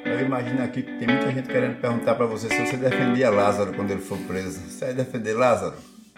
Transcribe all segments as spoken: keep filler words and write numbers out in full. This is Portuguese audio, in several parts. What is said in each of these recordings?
Eu imagino aqui que tem muita gente querendo perguntar para você se você defendia Lázaro quando ele for preso. Você vai defender Lázaro?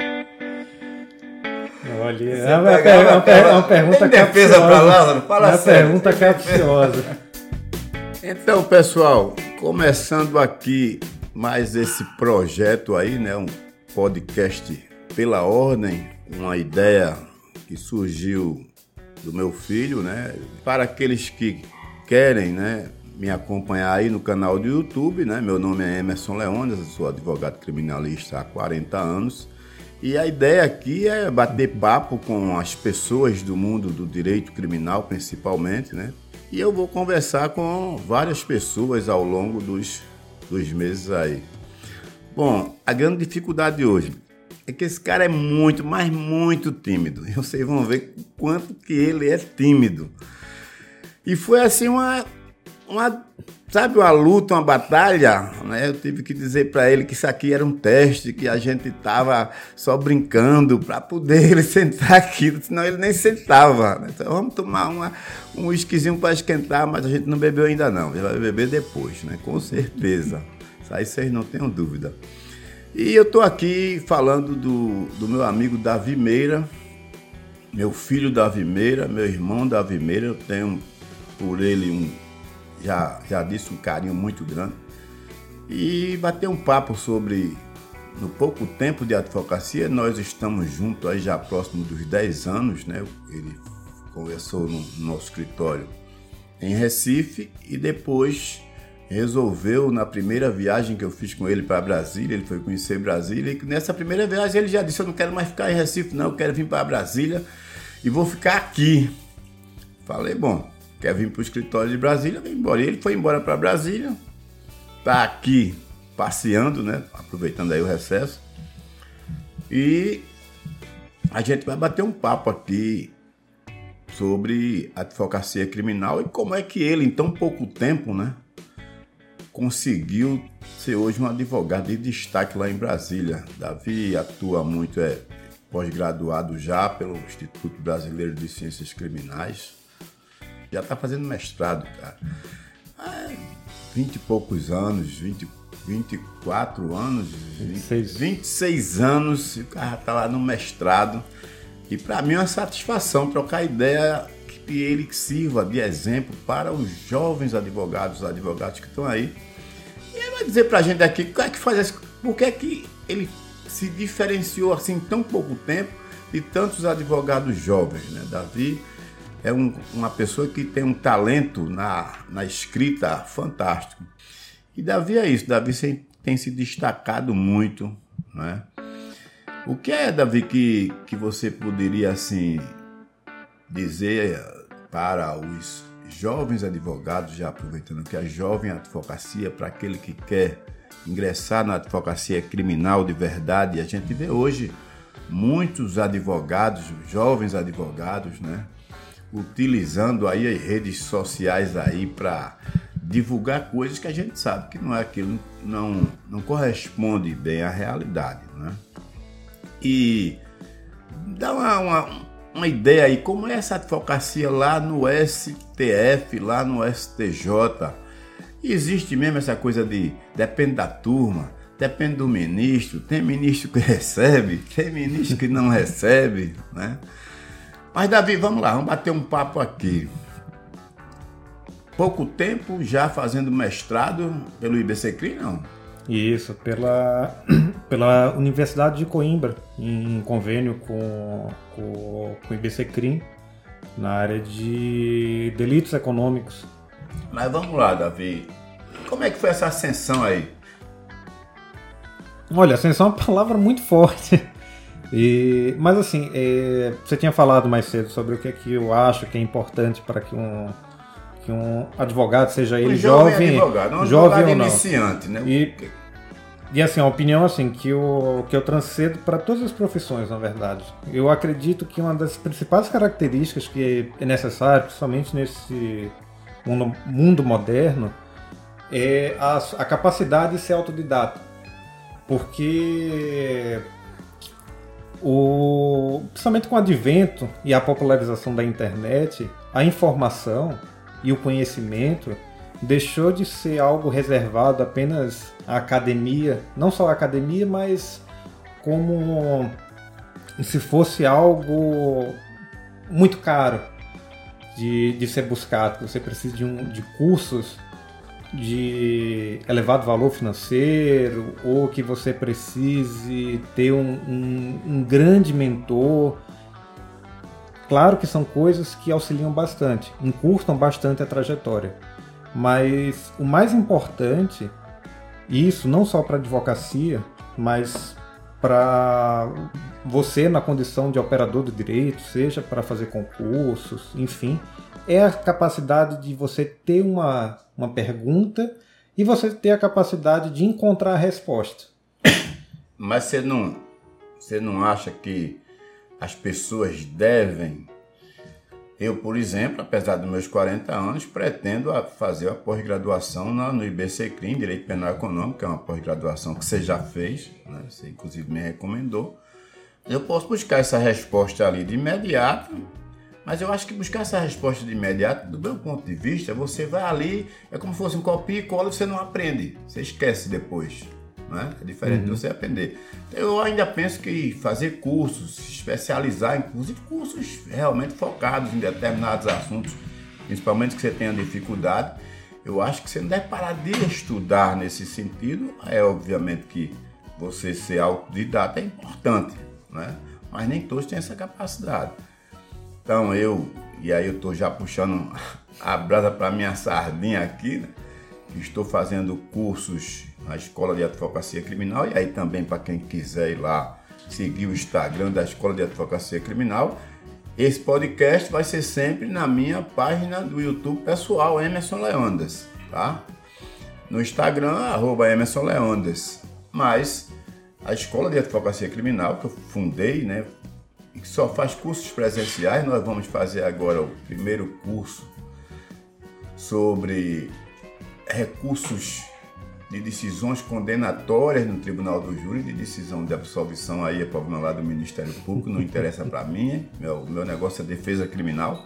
Olha, é uma, é uma, per- é uma pergunta tem defesa para Lázaro? Fala é uma sério. pergunta capciosa. Então, pessoal, começando aqui mais esse projeto aí, né? Um podcast pela ordem, uma ideia que surgiu do meu filho, né? Para aqueles que querem, né, me acompanhar aí no canal do YouTube, né? Meu nome é Emerson Leônidas, eu sou advogado criminalista há quarenta anos. E a ideia aqui é bater papo com as pessoas do mundo do direito criminal, principalmente, né? E eu vou conversar com várias pessoas ao longo dos, dos meses aí. Bom, a grande dificuldade hoje é que esse cara é muito, mas muito tímido. E vocês vão ver o quanto que ele é tímido. E foi assim uma... uma sabe, uma luta, uma batalha, né? Eu tive que dizer para ele que isso aqui era um teste, que a gente estava só brincando para poder ele sentar aqui, senão ele nem sentava, né? Então vamos tomar uma, um whiskyzinho para esquentar, mas a gente não bebeu ainda não, a gente vai beber depois, né? Com certeza, isso aí vocês não tenham dúvida. E eu estou aqui falando do, do meu amigo Davi Meira, meu filho Davi Meira, meu irmão Davi Meira, eu tenho por ele um Já, já disse um carinho muito grande, e bater um papo sobre, no pouco tempo de advocacia, nós estamos juntos aí já próximo dos dez anos, né? Ele conversou no nosso escritório em Recife e depois resolveu, na primeira viagem que eu fiz com ele para Brasília, ele foi conhecer Brasília, e nessa primeira viagem ele já disse: eu não quero mais ficar em Recife não, eu quero vir para Brasília e vou ficar aqui. Falei, bom, quer vir para o escritório de Brasília, vem embora. E ele foi embora para Brasília, está aqui passeando, né? Aproveitando aí o recesso. E a gente vai bater um papo aqui sobre advocacia criminal e como é que ele, em tão pouco tempo, né, conseguiu ser hoje um advogado de destaque lá em Brasília. Davi atua muito, é pós-graduado já pelo Instituto Brasileiro de Ciências Criminais. Já está fazendo mestrado, cara. Ah, vinte e poucos anos, vinte, vinte e quatro anos, vinte, vinte e seis anos, o cara está lá no mestrado. E para mim é uma satisfação trocar ideia que ele sirva de exemplo para os jovens advogados, os advogados que estão aí. E ele vai dizer para a gente aqui, como é que faz isso? Por que é que ele se diferenciou assim em tão pouco tempo de tantos advogados jovens, né? Davi é um, uma pessoa que tem um talento na, na escrita fantástico. E Davi é isso, Davi tem se destacado muito, né? O que é, Davi, que, que você poderia assim, dizer para os jovens advogados, já aproveitando que a jovem advocacia, para aquele que quer ingressar na advocacia criminal de verdade? A gente vê hoje muitos advogados, jovens advogados, né, utilizando aí as redes sociais aí para divulgar coisas que a gente sabe que não é aquilo, não, não corresponde bem à realidade, né? E dá uma, uma, uma ideia aí, como é essa advocacia lá no S T F, lá no S T J? Existe mesmo essa coisa de depende da turma, depende do ministro, tem ministro que recebe, tem ministro que não recebe, né? Mas, Davi, vamos lá, vamos bater um papo aqui. Pouco tempo já fazendo mestrado pelo I B C C R I M, não? Isso, pela, pela Universidade de Coimbra, em convênio com, com, com o I B C C R I M, na área de delitos econômicos. Mas vamos lá, Davi. Como é que foi essa ascensão aí? Olha, ascensão é uma palavra muito forte. E, mas assim, é, você tinha falado mais cedo sobre o que é que eu acho que é importante para que um, que um advogado, seja ele um jovem, jovem, advogado, não jovem advogado ou não. iniciante, né? E, e assim, a opinião assim, que, eu, que eu transcedo para todas as profissões, na verdade. Eu acredito que uma das principais características que é necessário, principalmente nesse mundo, mundo moderno, é a, a capacidade de ser autodidata. Porque O, principalmente com o advento e a popularização da internet, a informação e o conhecimento, deixou de ser algo reservado apenas à academia, não só à academia, mas como se fosse algo muito caro de, de ser buscado. Você precisa de, um, de cursos de elevado valor financeiro, ou que você precise ter um, um, um grande mentor. Claro que são coisas que auxiliam bastante, encurtam bastante a trajetória, mas o mais importante, e isso não só para a advocacia, mas para você na condição de operador do direito, seja para fazer concursos, enfim, é a capacidade de você ter uma, uma pergunta e você ter a capacidade de encontrar a resposta. Mas você não, você não acha que as pessoas devem... Eu, por exemplo, apesar dos meus quarenta anos, pretendo fazer a pós-graduação no I B C C R I M, Direito Penal Econômico, que é uma pós-graduação que você já fez, né? Você inclusive me recomendou. Eu posso buscar essa resposta ali de imediato, mas eu acho que buscar essa resposta de imediato, do meu ponto de vista, você vai ali, é como se fosse um copia e cola e você não aprende, você esquece depois. Né? É diferente uhum. de você aprender. Eu ainda penso que fazer cursos, se especializar, inclusive cursos realmente focados em determinados assuntos, principalmente que você tenha dificuldade, eu acho que você não deve parar de estudar nesse sentido. É obviamente que você ser autodidata é importante, né? Mas nem todos têm essa capacidade. Então eu, e aí eu estou já puxando a brasa para minha sardinha aqui, né? Estou fazendo cursos na Escola de Advocacia Criminal, e aí também para quem quiser ir lá seguir o Instagram da Escola de Advocacia Criminal. Esse podcast vai ser sempre na minha página do YouTube pessoal, Emerson Leondas, tá? No Instagram, arroba Emerson Leondas. Mas a Escola de Advocacia Criminal, que eu fundei, né, e que só faz cursos presenciais, nós vamos fazer agora o primeiro curso sobre recursos de decisões condenatórias no Tribunal do Júri, de decisão de absolvição, aí é problema lá do Ministério Público, não interessa para mim, meu, meu negócio é defesa criminal.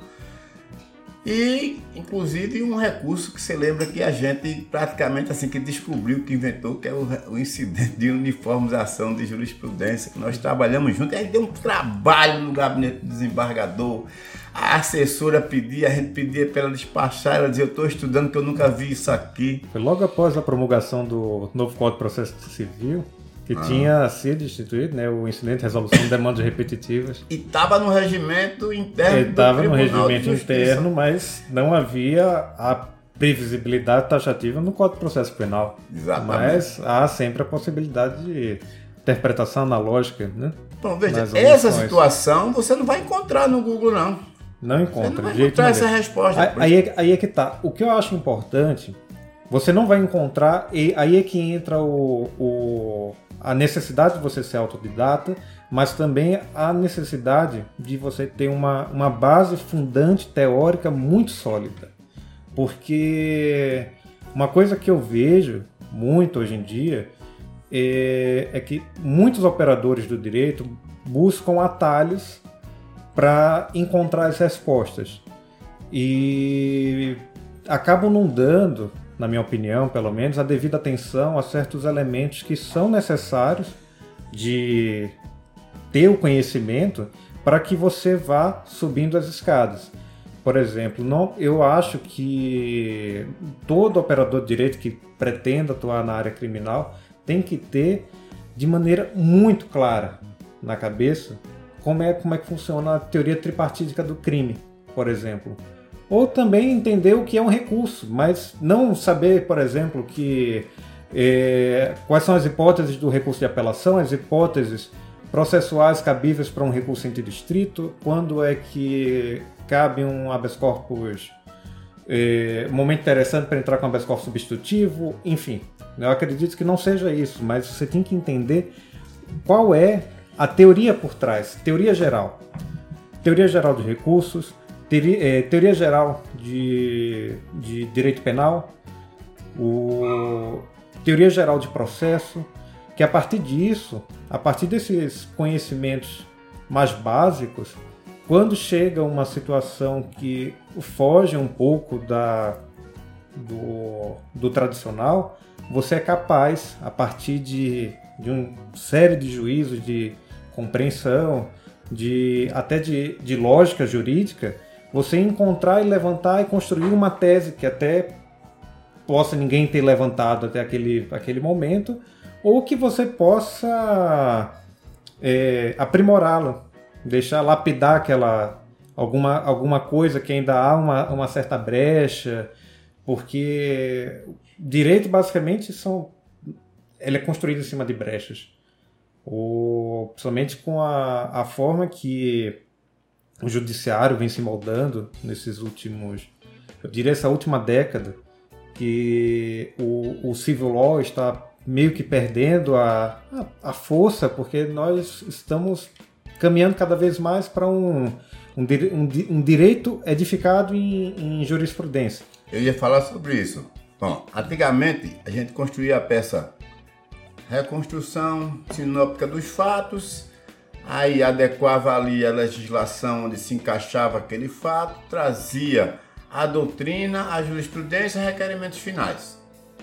E, inclusive, um recurso que você lembra que a gente praticamente assim que descobriu, que inventou, que é o, o incidente de uniformização de jurisprudência, que nós trabalhamos juntos, e aí deu um trabalho no gabinete do desembargador. A assessora pedia, a gente pedia para ela despachar, ela dizia, eu estou estudando que eu nunca vi isso aqui. Foi logo após a promulgação do novo Código de Processo Civil, que ah. tinha sido instituído, né, o incidente de resolução de demandas repetitivas. E estava no regimento interno do Estava no regimento interno, mas não havia a previsibilidade taxativa no Código de Processo Penal. Exatamente. Mas há sempre a possibilidade de interpretação analógica, né? Então, veja, essa situação você não vai encontrar no Google, não. Não encontra. Você não vai encontrar essa resposta. Aí, aí, é, aí é que tá. O que eu acho importante, você não vai encontrar, e aí é que entra o, o, a necessidade de você ser autodidata, mas também a necessidade de você ter uma, uma base fundante teórica muito sólida. Porque uma coisa que eu vejo muito hoje em dia é, é que muitos operadores do direito buscam atalhos para encontrar as respostas e acabam não dando, na minha opinião, pelo menos, a devida atenção a certos elementos que são necessários de ter o conhecimento para que você vá subindo as escadas. Por exemplo, não, eu acho que todo operador de direito que pretenda atuar na área criminal tem que ter de maneira muito clara na cabeça Como é, como é que funciona a teoria tripartítica do crime, por exemplo. Ou também entender o que é um recurso, mas não saber, por exemplo, que, é, quais são as hipóteses do recurso de apelação, as hipóteses processuais cabíveis para um recurso interdistrito, quando é que cabe um habeas corpus, é, um momento interessante para entrar com habeas corpus substitutivo, enfim. Eu acredito que não seja isso, mas você tem que entender qual é a teoria por trás, teoria geral. Teoria geral de recursos, teoria, é, teoria geral de, de direito penal, o, teoria geral de processo, que a partir disso, a partir desses conhecimentos mais básicos, quando chega uma situação que foge um pouco da, do, do tradicional, você é capaz, a partir de, de uma série de juízos, de compreensão, de, até de, de lógica jurídica, você encontrar e levantar e construir uma tese que até possa ninguém ter levantado até aquele, aquele momento, ou que você possa é, aprimorá-la, deixar lapidar aquela, alguma, alguma coisa que ainda há uma, uma certa brecha, porque direito basicamente são, ele é construído em cima de brechas. Ou, principalmente com a, a forma que o judiciário vem se moldando nesses últimos, eu diria essa última década, que o, o civil law está meio que perdendo a, a, a força, porque nós estamos caminhando cada vez mais para um, um, um, um direito edificado em, em jurisprudência. Eu ia falar sobre isso. Bom, antigamente a gente construía a peça reconstrução sinóptica dos fatos, aí adequava ali a legislação onde se encaixava aquele fato, trazia a doutrina, a jurisprudência e requerimentos finais.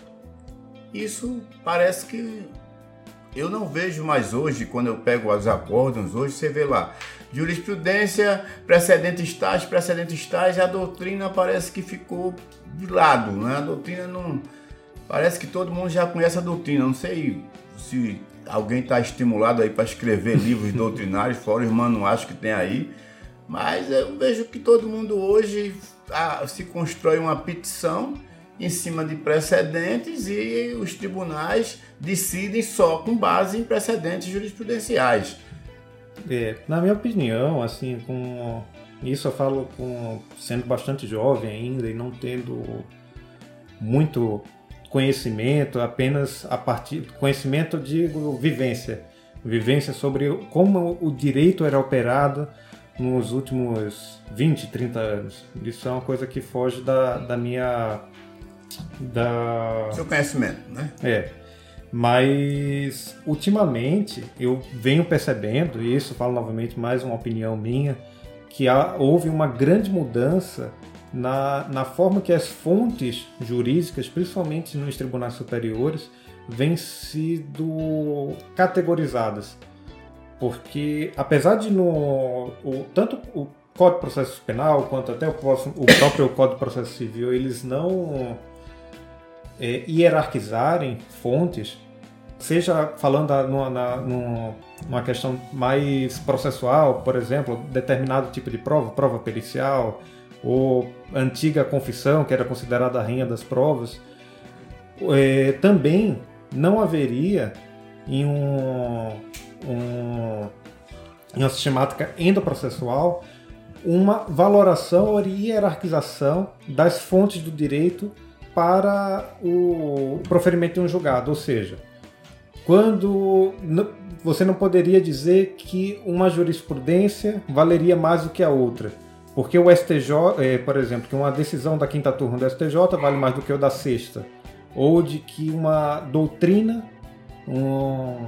Isso parece que eu não vejo mais hoje, quando eu pego os acórdãos, hoje você vê lá, jurisprudência, precedentes tais, precedentes tais, e a doutrina parece que ficou de lado, né? A doutrina não... Parece que todo mundo já conhece a doutrina, não sei se alguém está estimulado aí para escrever livros doutrinários, fora os manuais que tem aí, mas eu vejo que todo mundo hoje ah, se constrói uma petição em cima de precedentes e os tribunais decidem só com base em precedentes jurisprudenciais. É, na minha opinião, assim, com isso eu falo com, sendo bastante jovem ainda e não tendo muito conhecimento, apenas a partir conhecimento, digo, vivência, vivência sobre como o direito era operado nos últimos vinte, trinta anos. Isso é uma coisa que foge da, da minha... Da... Seu conhecimento, né? É. Mas, ultimamente, eu venho percebendo, e isso falo novamente, mais uma opinião minha, que há, houve uma grande mudança na, na forma que as fontes jurídicas, principalmente nos tribunais superiores, vêm sido categorizadas. Porque, apesar de no, o, tanto o Código de Processo Penal quanto até o, próximo, o próprio Código de Processo Civil, eles não é, hierarquizarem fontes, seja falando numa, na, numa questão mais processual, por exemplo, determinado tipo de prova, prova pericial, ou antiga confissão, que era considerada a rainha das provas, é, também não haveria em, um, um, em uma sistemática endoprocessual uma valoração ou hierarquização das fontes do direito para o proferimento de um julgado, ou seja, quando você não poderia dizer que uma jurisprudência valeria mais do que a outra, porque o S T J, por exemplo, que uma decisão da quinta turma do S T J vale mais do que o da sexta, ou de que uma doutrina, um,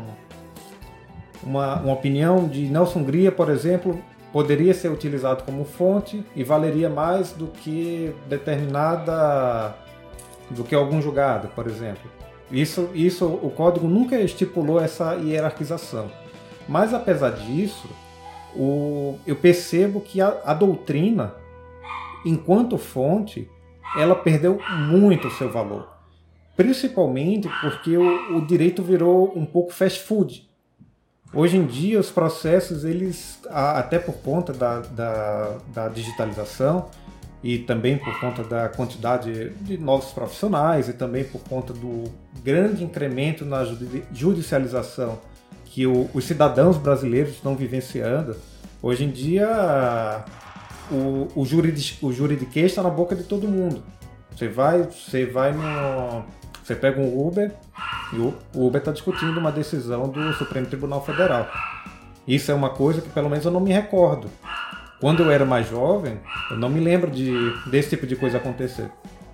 uma, uma opinião de Nelson Gria, por exemplo, poderia ser utilizado como fonte e valeria mais do que determinada, do que algum julgado, por exemplo. Isso, isso, o código nunca estipulou essa hierarquização. Mas, apesar disso, o, eu percebo que a, a doutrina, enquanto fonte, ela perdeu muito o seu valor. Principalmente porque o, o direito virou um pouco fast food. Hoje em dia, os processos, eles, até por conta da, da, da digitalização e também por conta da quantidade de novos profissionais e também por conta do grande incremento na judicialização que o, os cidadãos brasileiros estão vivenciando, hoje em dia o, o, juridi, o juridiquês está na boca de todo mundo. Você vai, você vai no... Você pega um Uber e o Uber está discutindo uma decisão do Supremo Tribunal Federal. Isso é uma coisa que pelo menos eu não me recordo. Quando eu era mais jovem, eu não me lembro de, desse tipo de coisa acontecer.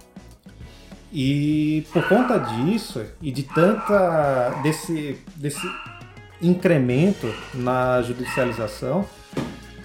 E por conta disso e de tanta desse, desse incremento na judicialização,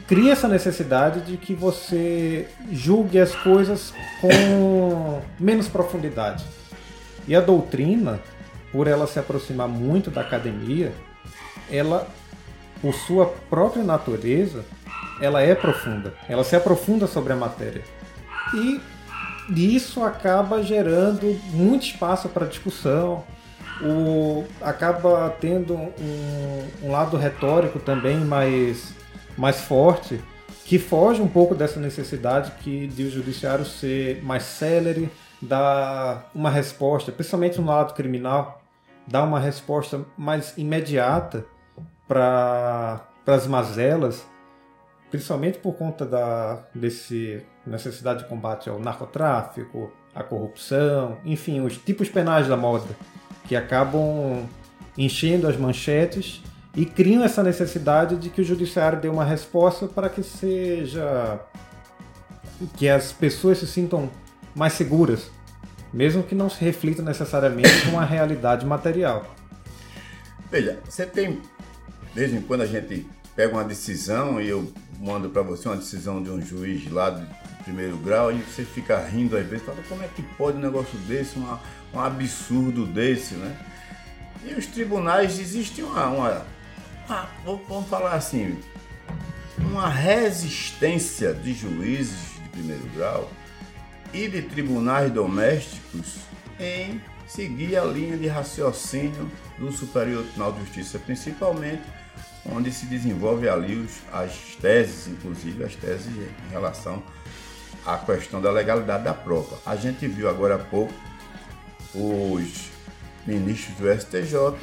cria essa necessidade de que você julgue as coisas com menos profundidade. E a doutrina, por ela se aproximar muito da academia, ela, por sua própria natureza, ela é profunda. Ela se aprofunda sobre a matéria. E isso acaba gerando muito espaço para discussão, o, acaba tendo um, um lado retórico também mais, mais forte, que foge um pouco dessa necessidade que, de o judiciário ser mais célere, dar uma resposta, principalmente no lado criminal, dar uma resposta mais imediata para as mazelas, principalmente por conta da desse necessidade de combate ao narcotráfico, à corrupção, enfim, os tipos penais da moda, que acabam enchendo as manchetes e criam essa necessidade de que o judiciário dê uma resposta para que seja que as pessoas se sintam mais seguras, mesmo que não se reflita necessariamente com a realidade material. Veja, você tem, de vez em quando a gente pega uma decisão e eu mando para você uma decisão de um juiz lá de primeiro grau e você fica rindo às vezes, fala, como é que pode um negócio desse, uma, um absurdo desse, né? E os tribunais, existe uma, uma, uma, vamos falar assim, uma resistência de juízes de primeiro grau e de tribunais domésticos em seguir a linha de raciocínio do Superior Tribunal de Justiça, principalmente onde se desenvolve ali os, as teses, inclusive as teses em relação à questão da legalidade da prova. A gente viu agora há pouco os ministros do S T J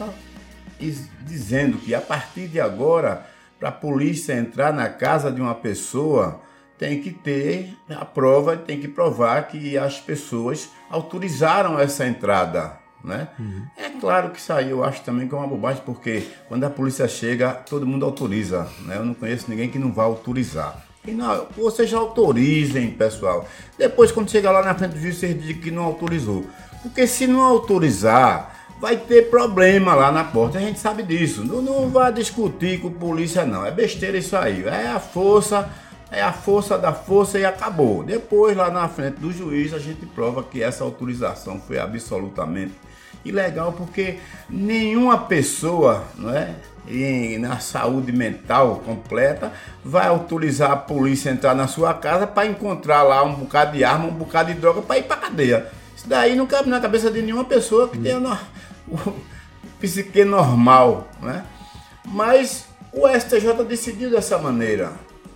dizendo que a partir de agora, para a polícia entrar na casa de uma pessoa, tem que ter a prova, tem que provar que as pessoas autorizaram essa entrada, né? Uhum. É claro que isso aí eu acho também que é uma bobagem, porque quando a polícia chega, todo mundo autoriza, né? Eu não conheço ninguém que não vá autorizar. E não, vocês já autorizem, pessoal. Depois, quando chegar lá na frente do juiz, vocês dizem que não autorizou. Porque se não autorizar, vai ter problema lá na porta. A gente sabe disso. Não, não vai discutir com a polícia, não. É besteira isso aí. É a força... É a força da força e acabou. Depois, lá na frente do juiz, a gente prova que essa autorização foi absolutamente ilegal, porque nenhuma pessoa, não é, em, na saúde mental completa vai autorizar a polícia a entrar na sua casa para encontrar lá um bocado de arma, um bocado de droga para ir para cadeia. Isso daí não cabe na cabeça de nenhuma pessoa que tenha no, o psique normal, né? Mas o S T J decidiu dessa maneira.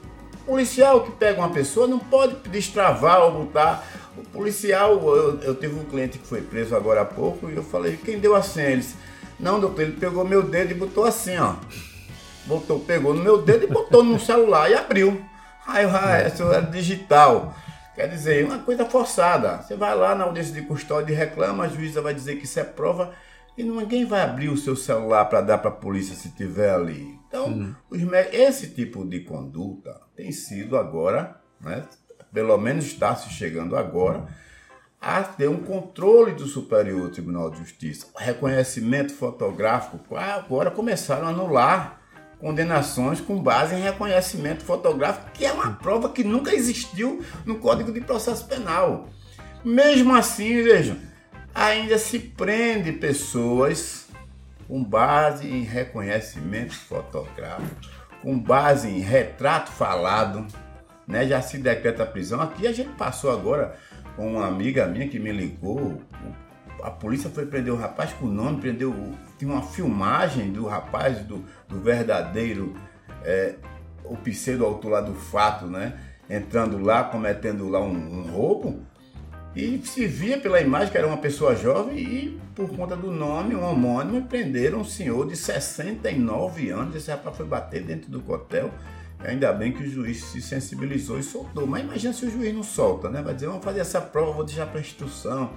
O policial que pega uma pessoa não pode destravar ou botar. O policial, eu, eu tive um cliente que foi preso agora há pouco e eu falei, quem deu a senha? Ele disse, não, doutor, ele pegou meu dedo e botou assim, ó. Botou, pegou no meu dedo e botou no celular e abriu. Aí eu, ah, isso é digital. Quer dizer, uma coisa forçada. Você vai lá na audiência de custódia e reclama, a juíza vai dizer que isso é prova e ninguém vai abrir o seu celular para dar para a polícia se tiver ali. Então, uhum. os, esse tipo de conduta tem sido agora, né, pelo menos está se chegando agora, a ter um controle do Superior Tribunal de Justiça. O reconhecimento fotográfico, agora começaram a anular condenações com base em reconhecimento fotográfico, que é uma prova que nunca existiu no Código de Processo Penal. Mesmo assim, vejam, ainda se prende pessoas com base em reconhecimento fotográfico, com base em retrato falado, né? Já se decreta a prisão. Aqui a gente passou agora com uma amiga minha que me ligou, a polícia foi prender o rapaz com o nome, prendeu, tinha uma filmagem do rapaz, do, do verdadeiro, é, o pseudo-autor lá do fato, né? Entrando lá, cometendo lá um, um roubo. E se via pela imagem que era uma pessoa jovem e, por conta do nome, um homônimo, prenderam um senhor de sessenta e nove anos. Esse rapaz foi bater dentro do hotel. Ainda bem que o juiz se sensibilizou e soltou. Mas imagina se o juiz não solta, né? Vai dizer, vamos fazer essa prova, vou deixar para a instrução.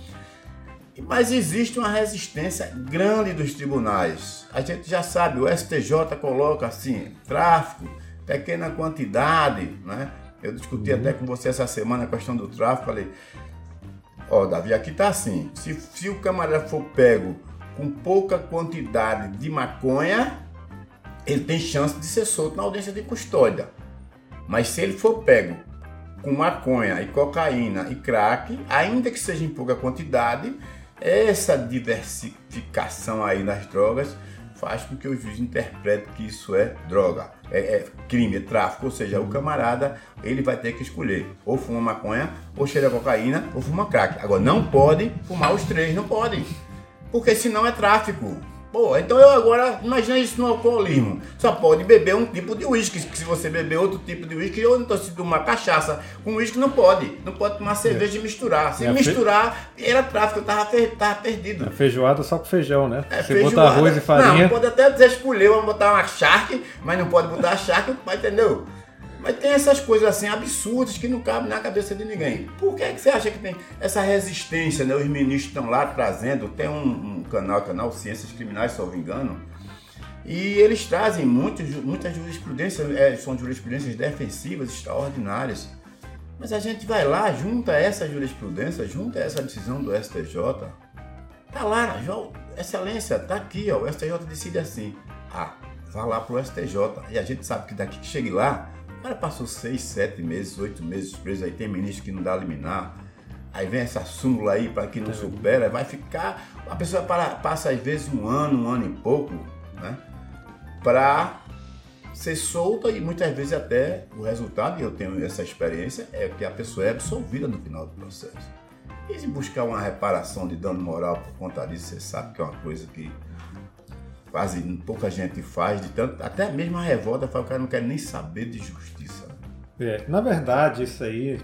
Mas existe uma resistência grande dos tribunais. A gente já sabe, o S T J coloca assim, tráfico, pequena quantidade, né? Eu discuti uhum. até com você essa semana a questão do tráfico, falei... Ó, Davi, aqui tá assim, se, se o camarada for pego com pouca quantidade de maconha, ele tem chance de ser solto na audiência de custódia. Mas se ele for pego com maconha e cocaína e crack, ainda que seja em pouca quantidade, essa diversificação aí nas drogas faz com que o juiz interprete que isso é droga, é, é crime, é tráfico, ou seja, o camarada ele vai ter que escolher ou fuma maconha, ou cheira cocaína, ou fuma crack. Agora, não pode fumar os três, não pode, porque senão é tráfico. Pô, então eu agora, imagina isso no alcoolismo, só pode beber um tipo de uísque, se você beber outro tipo de uísque, ou então se tomar cachaça com uísque, não pode, não pode tomar cerveja é. e misturar, se é misturar, fe... era tráfico, eu tava, tava perdido. É feijoada só com feijão, né? É, se feijoada. Botar arroz e farinha... Não, pode até dizer escolher, vamos botar uma charque, mas não pode botar charque, entendeu? Mas tem essas coisas assim absurdas que não cabem na cabeça de ninguém. Por que, é que você acha que tem essa resistência, né? Os ministros estão lá trazendo, tem um, um canal, canal Ciências Criminais, se eu não me engano, e eles trazem muito, muitas jurisprudências, é, são jurisprudências defensivas extraordinárias. Mas a gente vai lá, junta essa jurisprudência, junta essa decisão do S T J, tá lá, excelência, tá aqui, ó, o S T J decide assim. Ah, vá lá pro S T J. E a gente sabe que daqui que chegue lá, o cara passou seis, sete meses, oito meses preso, aí tem ministro que não dá liminar, aí vem essa súmula aí para que não supera, vai ficar, a pessoa para, passa às vezes um ano, um ano e pouco, né, para ser solta e muitas vezes até o resultado, e eu tenho essa experiência, é que a pessoa é absolvida no final do processo. E se buscar uma reparação de dano moral por conta disso, você sabe que é uma coisa que quase pouca gente faz, de tanto, até mesmo a revolta, o cara não quer nem saber de justiça. É, na verdade, isso aí,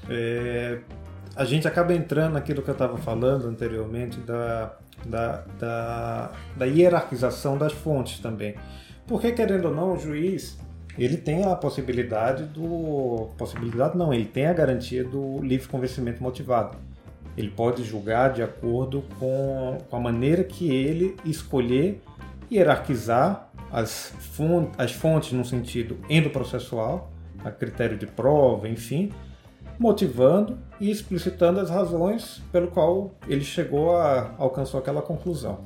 é, a gente acaba entrando naquilo que eu estava falando anteriormente, da, da, da, da hierarquização das fontes também. Porque, querendo ou não, o juiz, ele tem a possibilidade do... Possibilidade não, ele tem a garantia do livre convencimento motivado. Ele pode julgar de acordo com, com a maneira que ele escolher hierarquizar as fontes, as fontes no sentido endoprocessual, a critério de prova, enfim, motivando e explicitando as razões pelo qual ele chegou a alcançou aquela conclusão.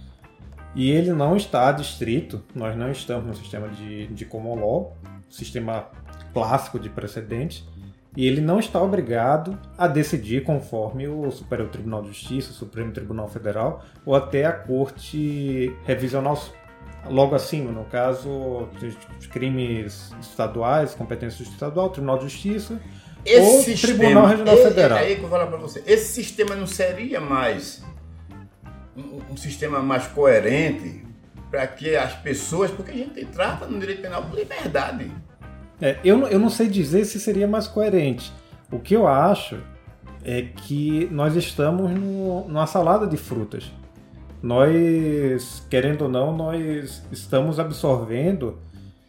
E ele não está adstrito, nós não estamos no sistema de, de common law, sistema clássico de precedente, e ele não está obrigado a decidir conforme o Superior Tribunal de Justiça, o Supremo Tribunal Federal ou até a Corte Revisional logo acima, no caso de crimes estaduais, competência estadual, Tribunal de Justiça esse ou sistema, Tribunal Regional é, Federal. É aí que eu vou falar para você. Esse sistema não seria mais um, um sistema mais coerente para que as pessoas, porque a gente trata no direito penal por liberdade. É, eu, eu não sei dizer se seria mais coerente. O que eu acho é que nós estamos no, numa salada de frutas. Nós, querendo ou não, nós estamos absorvendo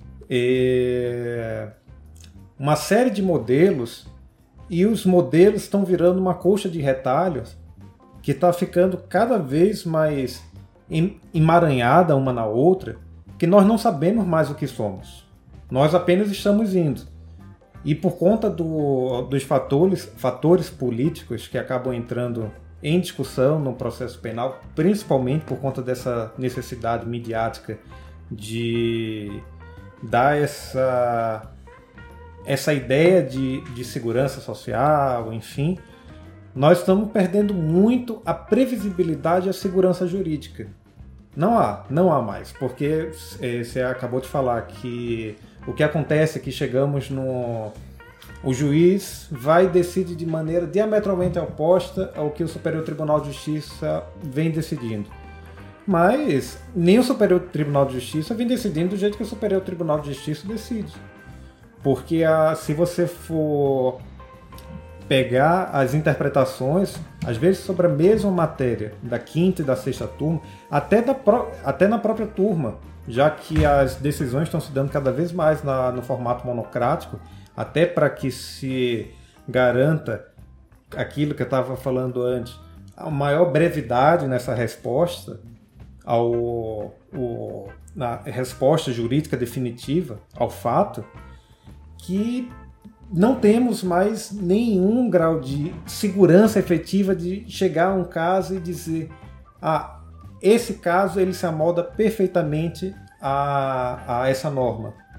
é, uma série de modelos e os modelos estão virando uma colcha de retalhos que está ficando cada vez mais emaranhada uma na outra, que nós não sabemos mais o que somos. Nós apenas estamos indo. E por conta do, dos fatores, fatores políticos que acabam entrando em discussão no processo penal, principalmente por conta dessa necessidade midiática de dar essa, essa ideia de, de segurança social, enfim, nós estamos perdendo muito a previsibilidade e a segurança jurídica. Não há, não há mais, porque é, você acabou de falar que o que acontece é que chegamos no... O juiz vai e decide de maneira diametralmente oposta ao que o Superior Tribunal de Justiça vem decidindo. Mas nem o Superior Tribunal de Justiça vem decidindo do jeito que o Superior Tribunal de Justiça decide. Porque a, se você for pegar as interpretações, às vezes sobre a mesma matéria da quinta e da sexta turma, até, da pro, até na própria turma, já que as decisões estão se dando cada vez mais na, no formato monocrático, até para que se garanta aquilo que eu estava falando antes, a maior brevidade nessa resposta, ao, o, na resposta jurídica definitiva ao fato, que não temos mais nenhum grau de segurança efetiva de chegar a um caso e dizer ah, esse caso ele se amolda perfeitamente a, a essa norma.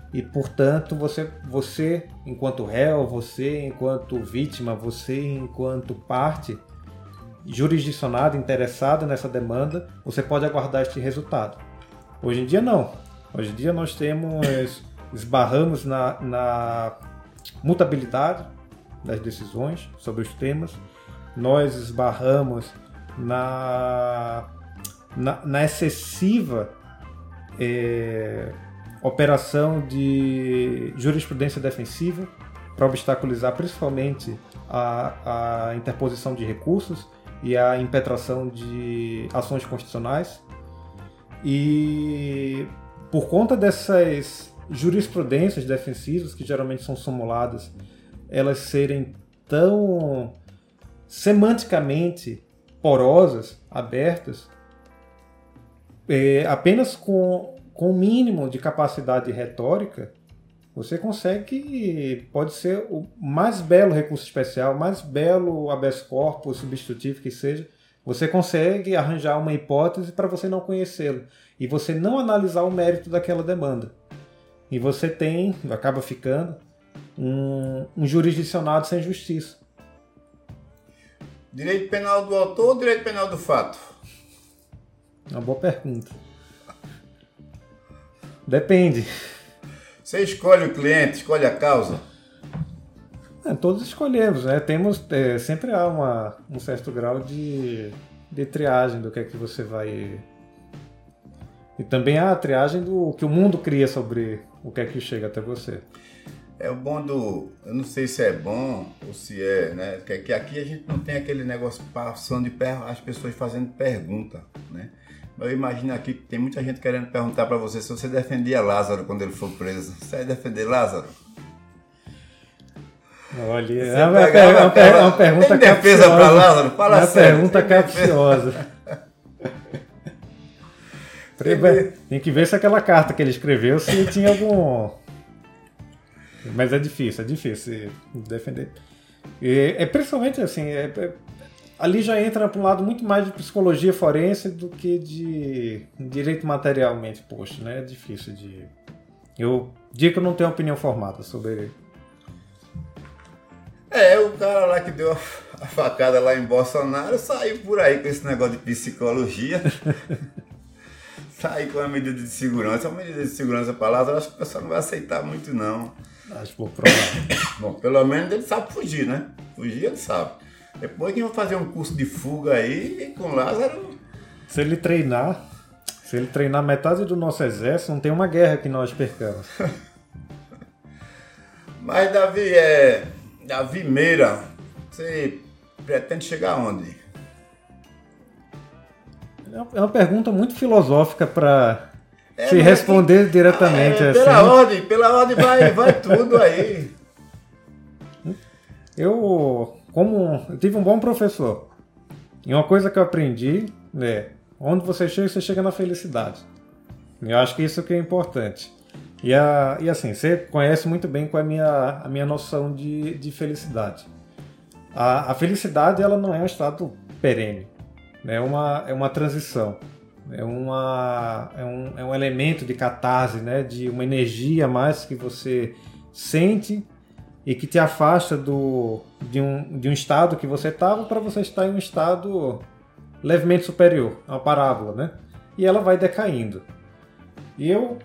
e, portanto, você, você enquanto réu, você enquanto vítima, você enquanto parte jurisdicionada, interessada nessa demanda, você pode aguardar este resultado. Hoje em dia não. Hoje em dia nós temos, esbarramos na, na mutabilidade das decisões sobre os temas, nós esbarramos na, na, na excessiva é, operação de jurisprudência defensiva para obstaculizar principalmente a, a interposição de recursos e a impetração de ações constitucionais. E por conta dessas jurisprudências defensivas, que geralmente são simuladas, elas serem tão semanticamente porosas, abertas, é, apenas com, com o mínimo de capacidade retórica, você consegue, pode ser o mais belo recurso especial, mais belo habeas corpus, substitutivo que seja, você consegue arranjar uma hipótese para você não conhecê-lo e você não analisar o mérito daquela demanda. E você tem, acaba ficando, um, um jurisdicionado sem justiça. Direito penal do autor ou direito penal do fato? Uma boa pergunta. Depende. Você escolhe o cliente, escolhe a causa? É, todos escolhemos, né? Temos, é, sempre há uma, um certo grau de, de triagem do que é que você vai... E também há a triagem do que o mundo cria sobre o que é que chega até você. É o bom do... Eu não sei se é bom ou se é, né? Porque aqui a gente não tem aquele negócio passando de per... as pessoas fazendo pergunta, né? Eu imagino aqui que tem muita gente querendo perguntar para você se você defendia Lázaro quando ele for preso. Você vai defender Lázaro? Olha, é uma, per... é uma, per... uma pergunta capciosa. Tem defesa para Lázaro? Fala é uma sério. Pergunta capciosa. Tem que ver se aquela carta que ele escreveu se tinha algum... Mas é difícil, é difícil defender. E é principalmente assim, é, é, ali já entra para um lado muito mais de psicologia forense do que de direito materialmente posto, né? É difícil de... Eu digo que eu não tenho opinião formada sobre... É, o cara lá que deu a facada lá em Bolsonaro saiu por aí com esse negócio de psicologia. Saiu com a medida de segurança. A medida de segurança para Lázaro, acho que o pessoal não vai aceitar muito, não. Acho que vou provar. Bom, pelo menos ele sabe fugir, né? Fugir ele sabe. Depois que vai fazer um curso de fuga aí, com Lázaro... Se ele treinar, se ele treinar metade do nosso exército, não tem uma guerra que nós percamos. Mas, Davi, é... Davi Meira, você pretende chegar aonde? É uma pergunta muito filosófica para é, se responder que... diretamente. Ah, é, pela assim. ordem, pela ordem vai, vai tudo aí. Eu, como eu tive um bom professor, e uma coisa que eu aprendi é, onde você chega, você chega na felicidade. Eu acho que isso que é importante. E, a, e assim, você conhece muito bem qual é a minha, a minha noção de, de felicidade. A, a felicidade, ela não é um estado perene. É uma, é uma transição. É, uma, é, um, é um elemento de catarse, né? De uma energia a mais que você sente e que te afasta do, de, um, de um estado que você estava para você estar em um estado levemente superior. É uma parábola, né? E ela vai decaindo. E eu...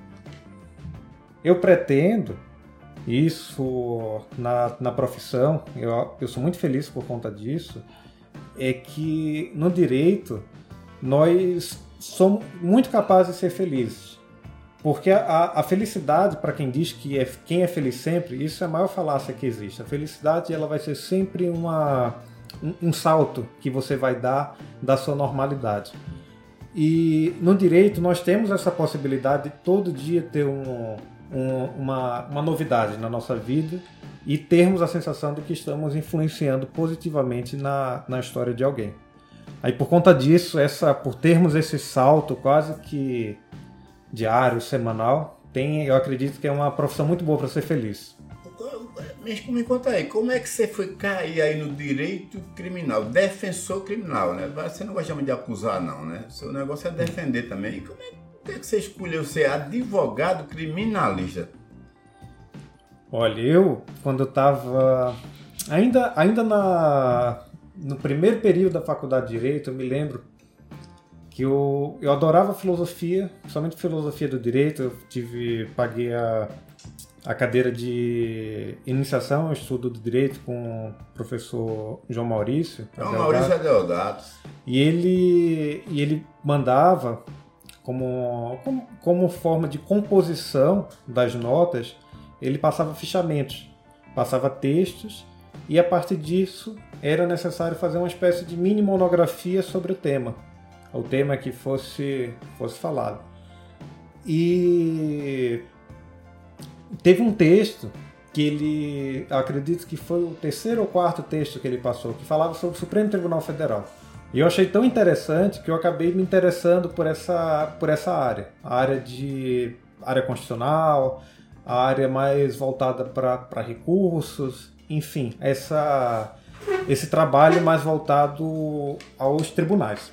Eu pretendo isso na, na profissão, eu, eu sou muito feliz por conta disso, é que no direito nós somos muito capazes de ser felizes. Porque a, a felicidade, para quem diz que é, quem é feliz sempre, isso é a maior falácia que existe. A felicidade ela vai ser sempre uma, um, um salto que você vai dar da sua normalidade. E no direito nós temos essa possibilidade de todo dia ter um... Uma, uma novidade na nossa vida e termos a sensação de que estamos influenciando positivamente na, na história de alguém. Aí por conta disso, essa, por termos esse salto quase que diário, semanal, tem, eu acredito que é uma profissão muito boa para ser feliz. Me conta aí, como é que você foi cair aí no direito criminal, defensor criminal, né? Você não gosta de acusar não, né? Seu negócio é defender também. Como é que você escolheu ser advogado criminalista? Olha, eu, quando eu estava ainda, ainda na, no primeiro período da faculdade de Direito, eu me lembro que eu, eu adorava filosofia, principalmente filosofia do direito. Eu tive, paguei a, a cadeira de iniciação ao estudo do direito com o professor João Maurício. João Maurício Adeodato. E ele, e ele mandava, como, como, como forma de composição das notas, ele passava fichamentos, passava textos, e a partir disso era necessário fazer uma espécie de mini monografia sobre o tema, o tema que fosse, fosse falado. E teve um texto que ele, acredito que foi o terceiro ou quarto texto que ele passou, que falava sobre o Supremo Tribunal Federal. E eu achei tão interessante que eu acabei me interessando por essa, por essa área, a área de área constitucional, a área mais voltada para recursos, enfim, essa, esse trabalho mais voltado aos tribunais.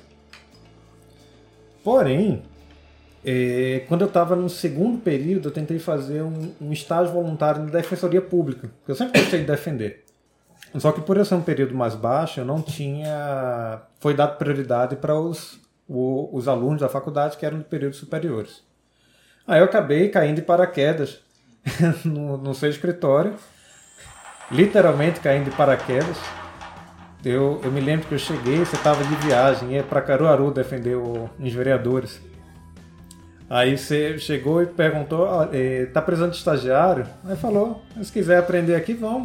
Porém, é, quando eu estava no segundo período, eu tentei fazer um, um estágio voluntário na Defensoria Pública, porque eu sempre gostei de defender. Só que por eu ser um período mais baixo, eu não tinha... Foi dado prioridade para os, o, os alunos da faculdade que eram de períodos superiores. Aí eu acabei caindo de paraquedas no, no seu escritório, literalmente caindo de paraquedas. Eu, eu me lembro que eu cheguei, você estava de viagem, ia para Caruaru defender o, os vereadores. Aí você chegou e perguntou, ah, eh, tá precisando de estagiário? Aí falou, se quiser aprender aqui, vamos.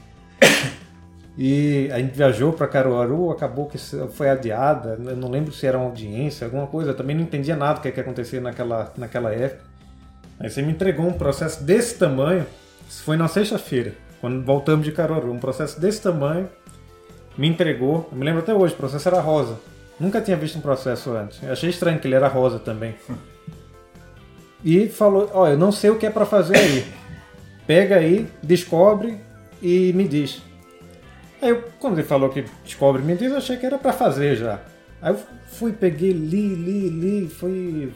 E a gente viajou para Caruaru, acabou que foi adiada, eu não lembro se era uma audiência, alguma coisa, eu também não entendia nada do que, que acontecia naquela, naquela época. Aí você me entregou um processo desse tamanho, isso foi na sexta-feira, quando voltamos de Caruaru, um processo desse tamanho, me entregou, eu me lembro até hoje, o processo era rosa, nunca tinha visto um processo antes, eu achei estranho que ele era rosa também. E falou, ó, eu não sei o que é para fazer aí, pega aí, descobre e me diz. Aí eu, quando ele falou que descobre e me diz, eu achei que era para fazer já. Aí eu fui, peguei, li, li, li, foi...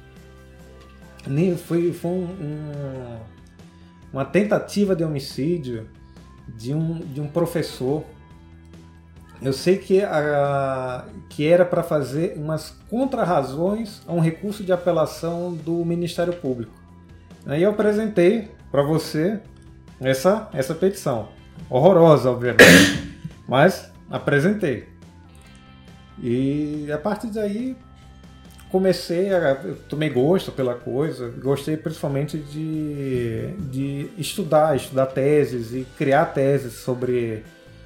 Foi, foi um, um, uma tentativa de homicídio de um, de um professor. Eu sei que, a, que era para fazer umas contrarrazões a um recurso de apelação do Ministério Público. Aí eu apresentei para você essa, essa petição. Horrorosa, obviamente, mas apresentei. E a partir daí comecei a... Eu tomei gosto pela coisa, gostei principalmente de, de estudar, estudar teses e criar teses sobre...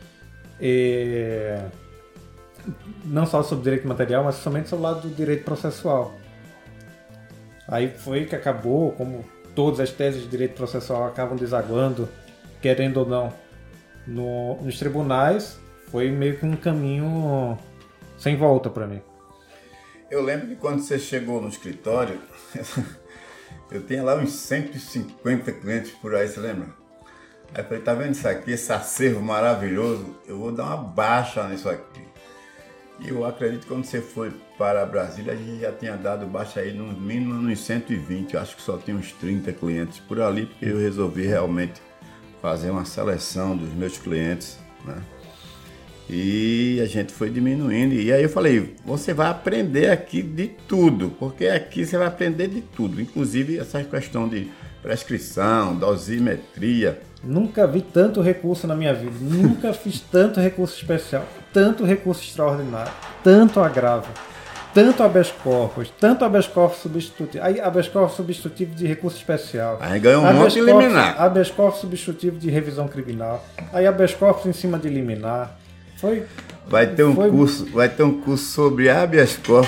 É, não só sobre direito material, mas somente sobre o lado do direito processual. Aí foi que acabou, como todas as teses de direito processual acabam desaguando, querendo ou não, no, nos tribunais, foi meio que um caminho sem volta para mim. Eu lembro que quando você chegou no escritório, eu tinha lá uns cento e cinquenta clientes por aí, você lembra? Aí eu falei, tá vendo isso aqui, esse acervo maravilhoso? Eu vou dar uma baixa nisso aqui. E eu acredito que quando você foi para Brasília, a gente já tinha dado baixa aí no mínimo nos cento e vinte. Eu acho que só tinha uns trinta clientes por ali, porque eu resolvi realmente fazer uma seleção dos meus clientes, né? E a gente foi diminuindo. E aí eu falei, você vai aprender aqui de tudo, porque aqui você vai aprender de tudo, inclusive essa questão de prescrição, dosimetria. Nunca vi tanto recurso na minha vida, nunca fiz tanto recurso especial, tanto recurso extraordinário, tanto agravo, tanto habeas corpus, tanto habeas corpus substitutivo, aí habeas corpus substitutivo de recurso especial. Aí ganhou um monte de liminar. Habeas corpus substitutivo de revisão criminal, aí habeas corpus em cima de liminar. Foi, vai ter um foi... curso, vai ter um curso sobre habeas corpus,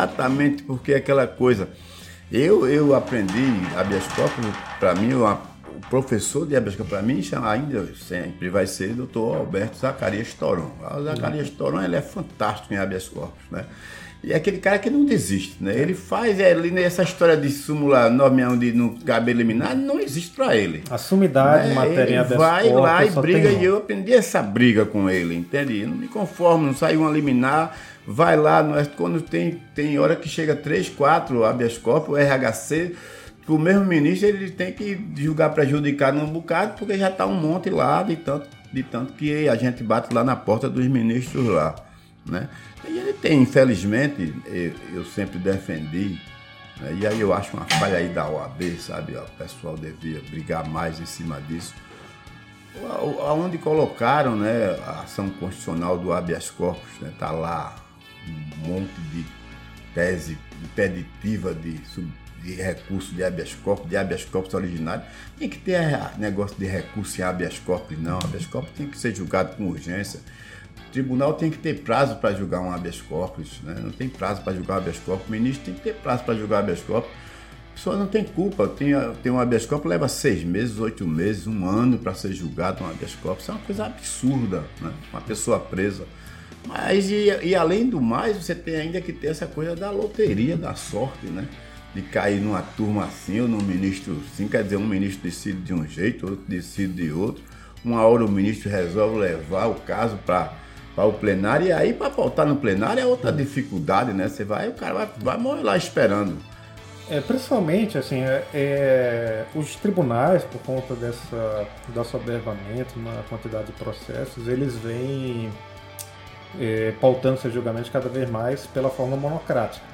exatamente porque aquela coisa. Eu, eu aprendi habeas corpus, para mim, uma, o professor de habeas corpus, para mim, chama, ainda sempre vai ser o doutor Alberto Zacarias Toron. O Zacarias Toron, ele é fantástico em habeas corpus, né? E é aquele cara que não desiste, né? Ele faz ali nessa história de súmula nove sessenta e um de não caber eliminar, não existe para ele. A sumidade, né? matéria em habeas corpus. Ele vai lá e briga, e eu aprendi essa briga com ele, entende? Eu não me conformo, não sai um a liminar, vai lá, não é, quando tem, tem hora que chega três, quatro habeas corpus, o R H C, o mesmo ministro ele tem que julgar prejudicado num bocado, porque já está um monte lá, de tanto, de tanto que a gente bate lá na porta dos ministros lá, né? E ele tem, infelizmente, eu, eu sempre defendi, né? E aí eu acho uma falha aí da O A B, sabe? O pessoal devia brigar mais em cima disso. Aonde colocaram, né, a ação constitucional do habeas corpus, né? Tá lá um monte de tese impeditiva de, de recurso de habeas corpus, de habeas corpus originário. Tem que ter negócio de recurso em habeas corpus, não. Habeas corpus tem que ser julgado com urgência. O tribunal tem que ter prazo para julgar um habeas corpus, né? Não tem prazo para julgar um habeas corpus. O ministro tem que ter prazo para julgar um habeas corpus. A pessoa não tem culpa. Tem, tem um habeas corpus, leva seis meses, oito meses, um ano para ser julgado um habeas corpus. Isso é uma coisa absurda, né? Uma pessoa presa. Mas, e, e além do mais, você tem ainda que ter essa coisa da loteria, da sorte, né? De cair numa turma assim, ou num ministro assim, quer dizer, um ministro decide de um jeito, outro decide de outro. Uma hora o ministro resolve levar o caso para para o plenário, e aí para pautar no plenário é outra dificuldade, né? Você vai, o cara vai, vai morrer lá esperando. É, principalmente, assim, é, é, os tribunais, por conta dessa, do assoberbamento na quantidade de processos, eles vêm é, pautando seus julgamentos cada vez mais pela forma monocrática.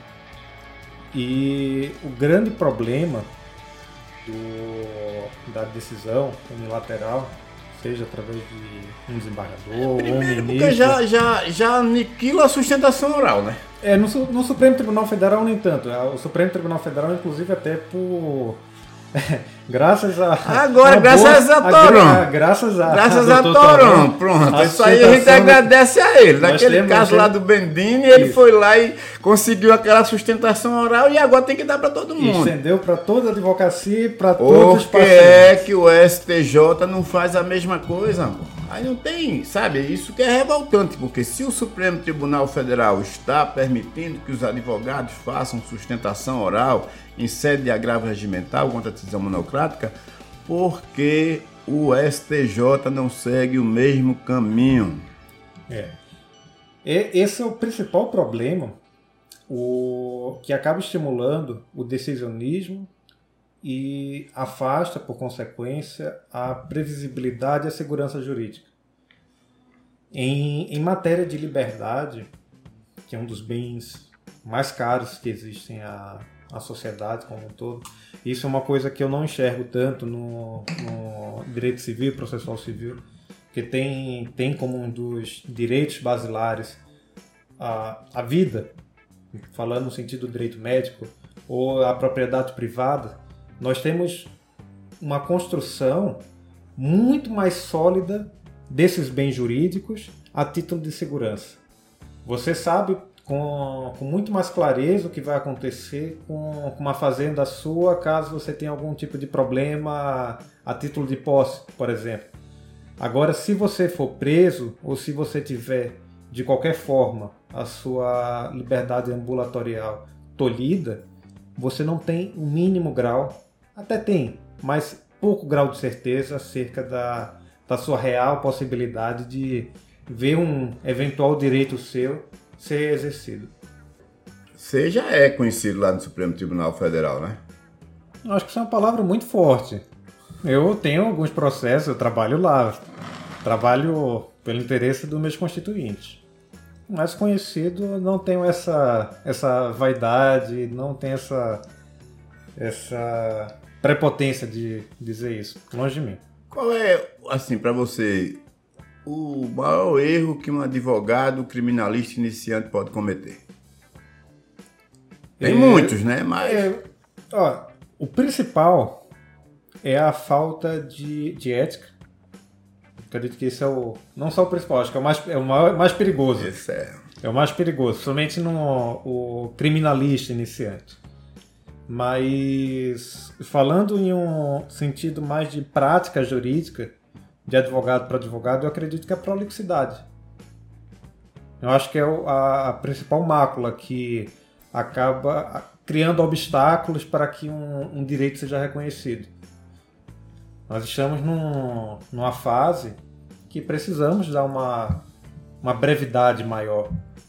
E o grande problema do, da decisão unilateral, seja através de um desembargador é, ou um ministro... Porque já, já, já aniquila a sustentação oral, né? É, no, no Supremo Tribunal Federal nem tanto. O Supremo Tribunal Federal, inclusive, até por... graças a... Agora, a graças boa, a Toron. Graças a... Graças a, a Toron, pronto. A isso aí a gente agradece a ele. Naquele caso lá do Bendini, ele isso. foi lá e conseguiu aquela sustentação oral e agora tem que dar para todo mundo. Estendeu para toda a advocacia e para todos os pacientes. Por que é que o S T J não faz a mesma coisa, amor? Aí não tem, sabe? Isso que é revoltante, porque se o Supremo Tribunal Federal está permitindo que os advogados façam sustentação oral em sede de agravo regimental contra a decisão monocrática, porque o S T J não segue o mesmo caminho. É. Esse é o principal problema, o que acaba estimulando o decisionismo e afasta, por consequência, a previsibilidade e a segurança jurídica. Em, em matéria de liberdade, que é um dos bens mais caros que existem à, à sociedade como um todo, isso é uma coisa que eu não enxergo tanto no, no direito civil e processual civil, que tem, tem como um dos direitos basilares a, a vida, falando no sentido do direito médico, ou a propriedade privada. Nós temos uma construção muito mais sólida desses bens jurídicos a título de segurança. Você sabe com, com muito mais clareza o que vai acontecer com, com uma fazenda sua caso você tenha algum tipo de problema a título de posse, por exemplo. Agora, se você for preso ou se você tiver, de qualquer forma, a sua liberdade ambulatorial tolhida, você não tem o mínimo grau, até tem, mas pouco grau de certeza acerca da, da sua real possibilidade de ver um eventual direito seu ser exercido. Você já é conhecido lá no Supremo Tribunal Federal, né? Eu acho que isso é uma palavra muito forte. Eu tenho alguns processos, eu trabalho lá, trabalho pelo interesse dos meus constituintes. Mas conhecido, não tenho essa, essa vaidade, não tenho essa, essa prepotência de dizer isso, longe de mim. Qual é, assim, para você, o maior erro que um advogado criminalista iniciante pode cometer? Tem é, muitos, né? Mas... É, ó, o principal é a falta de, de ética. Acredito que esse é o... Não só o principal, acho que é o mais, é o maior, mais perigoso. Esse é. É o mais perigoso, somente no o criminalista iniciante. Mas falando em um sentido mais de prática jurídica, de advogado para advogado, eu acredito que é a prolixidade. Eu acho que é a principal mácula que acaba criando obstáculos para que um, um direito seja reconhecido. Nós estamos num, numa fase que precisamos dar uma, uma brevidade maior.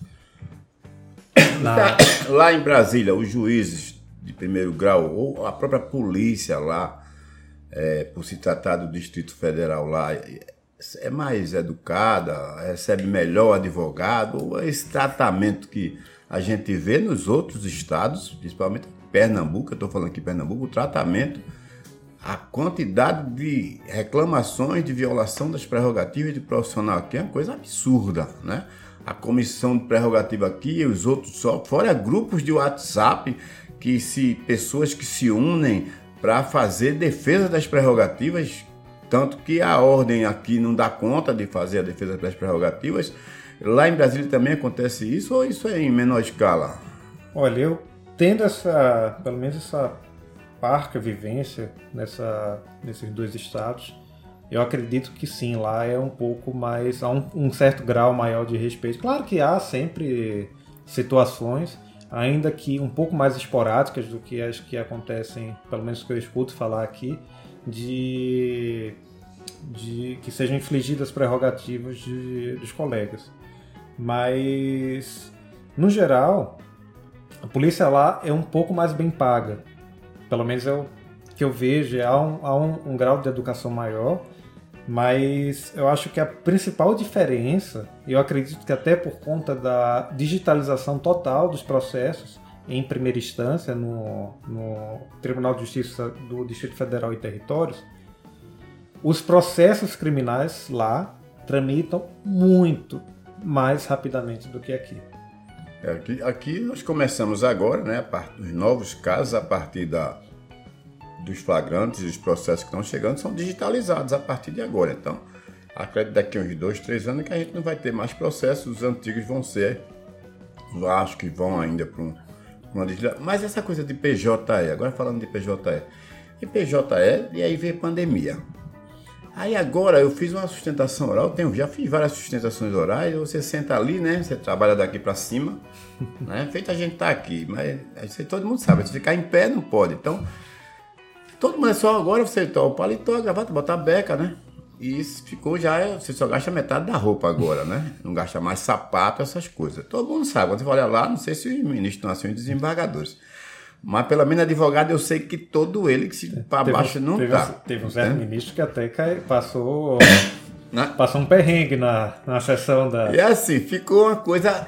Na... Lá em Brasília, os juízes de primeiro grau, ou a própria polícia lá, é, por se tratar do Distrito Federal lá, é mais educada, recebe melhor advogado, ou esse tratamento que a gente vê nos outros estados, principalmente Pernambuco, eu estou falando aqui Pernambuco, o tratamento, a quantidade de reclamações de violação das prerrogativas de profissional aqui é uma coisa absurda, né? A comissão de prerrogativa aqui e os outros só, fora grupos de WhatsApp, que se pessoas que se unem para fazer defesa das prerrogativas, tanto que a ordem aqui não dá conta de fazer a defesa das prerrogativas. Lá em Brasília também acontece isso, ou isso é em menor escala? Olha, eu tendo essa, pelo menos essa parca vivência nessa, nesses dois estados, eu acredito que sim, lá é um pouco mais, há um, um certo grau maior de respeito. Claro que há sempre situações, ainda que um pouco mais esporádicas do que as que acontecem, pelo menos que eu escuto falar aqui, de, de que sejam infligidas prerrogativas de, dos colegas. Mas, no geral, a polícia lá é um pouco mais bem paga. Pelo menos é o que eu vejo, há um, há um, um grau de educação maior, mas eu acho que a principal diferença, eu acredito que até por conta da digitalização total dos processos em primeira instância no, no Tribunal de Justiça do Distrito Federal e Territórios, os processos criminais lá tramitam muito mais rapidamente do que aqui. É, aqui, aqui nós começamos agora, né, a partir dos novos casos, a partir da, dos flagrantes e os processos que estão chegando são digitalizados a partir de agora. Então, acredito daqui a uns dois, três anos que a gente não vai ter mais processos, os antigos vão ser, eu acho que vão ainda para um, uma digitalização. Mas essa coisa de P J E, agora falando de P J E, e P J E, e aí veio pandemia. Aí agora eu fiz uma sustentação oral, tenho, já fiz várias sustentações orais, você senta ali, né? Você trabalha daqui para cima, né? Feito a gente tá aqui, mas isso aí todo mundo sabe, se ficar em pé não pode. Então, todo mundo é só agora você toma o paletó, a gravata, bota a beca, né? E isso ficou já, você só gasta metade da roupa agora, né? Não gasta mais sapato, essas coisas. Todo mundo sabe, quando você olha lá, não sei se os ministros estão assim, os desembargadores. Mas pelo menos advogado eu sei que todo ele que se para baixo não teve, tá. Teve um certo é? ministro que até cai, passou, passou um perrengue na, na sessão da... E assim, ficou uma coisa...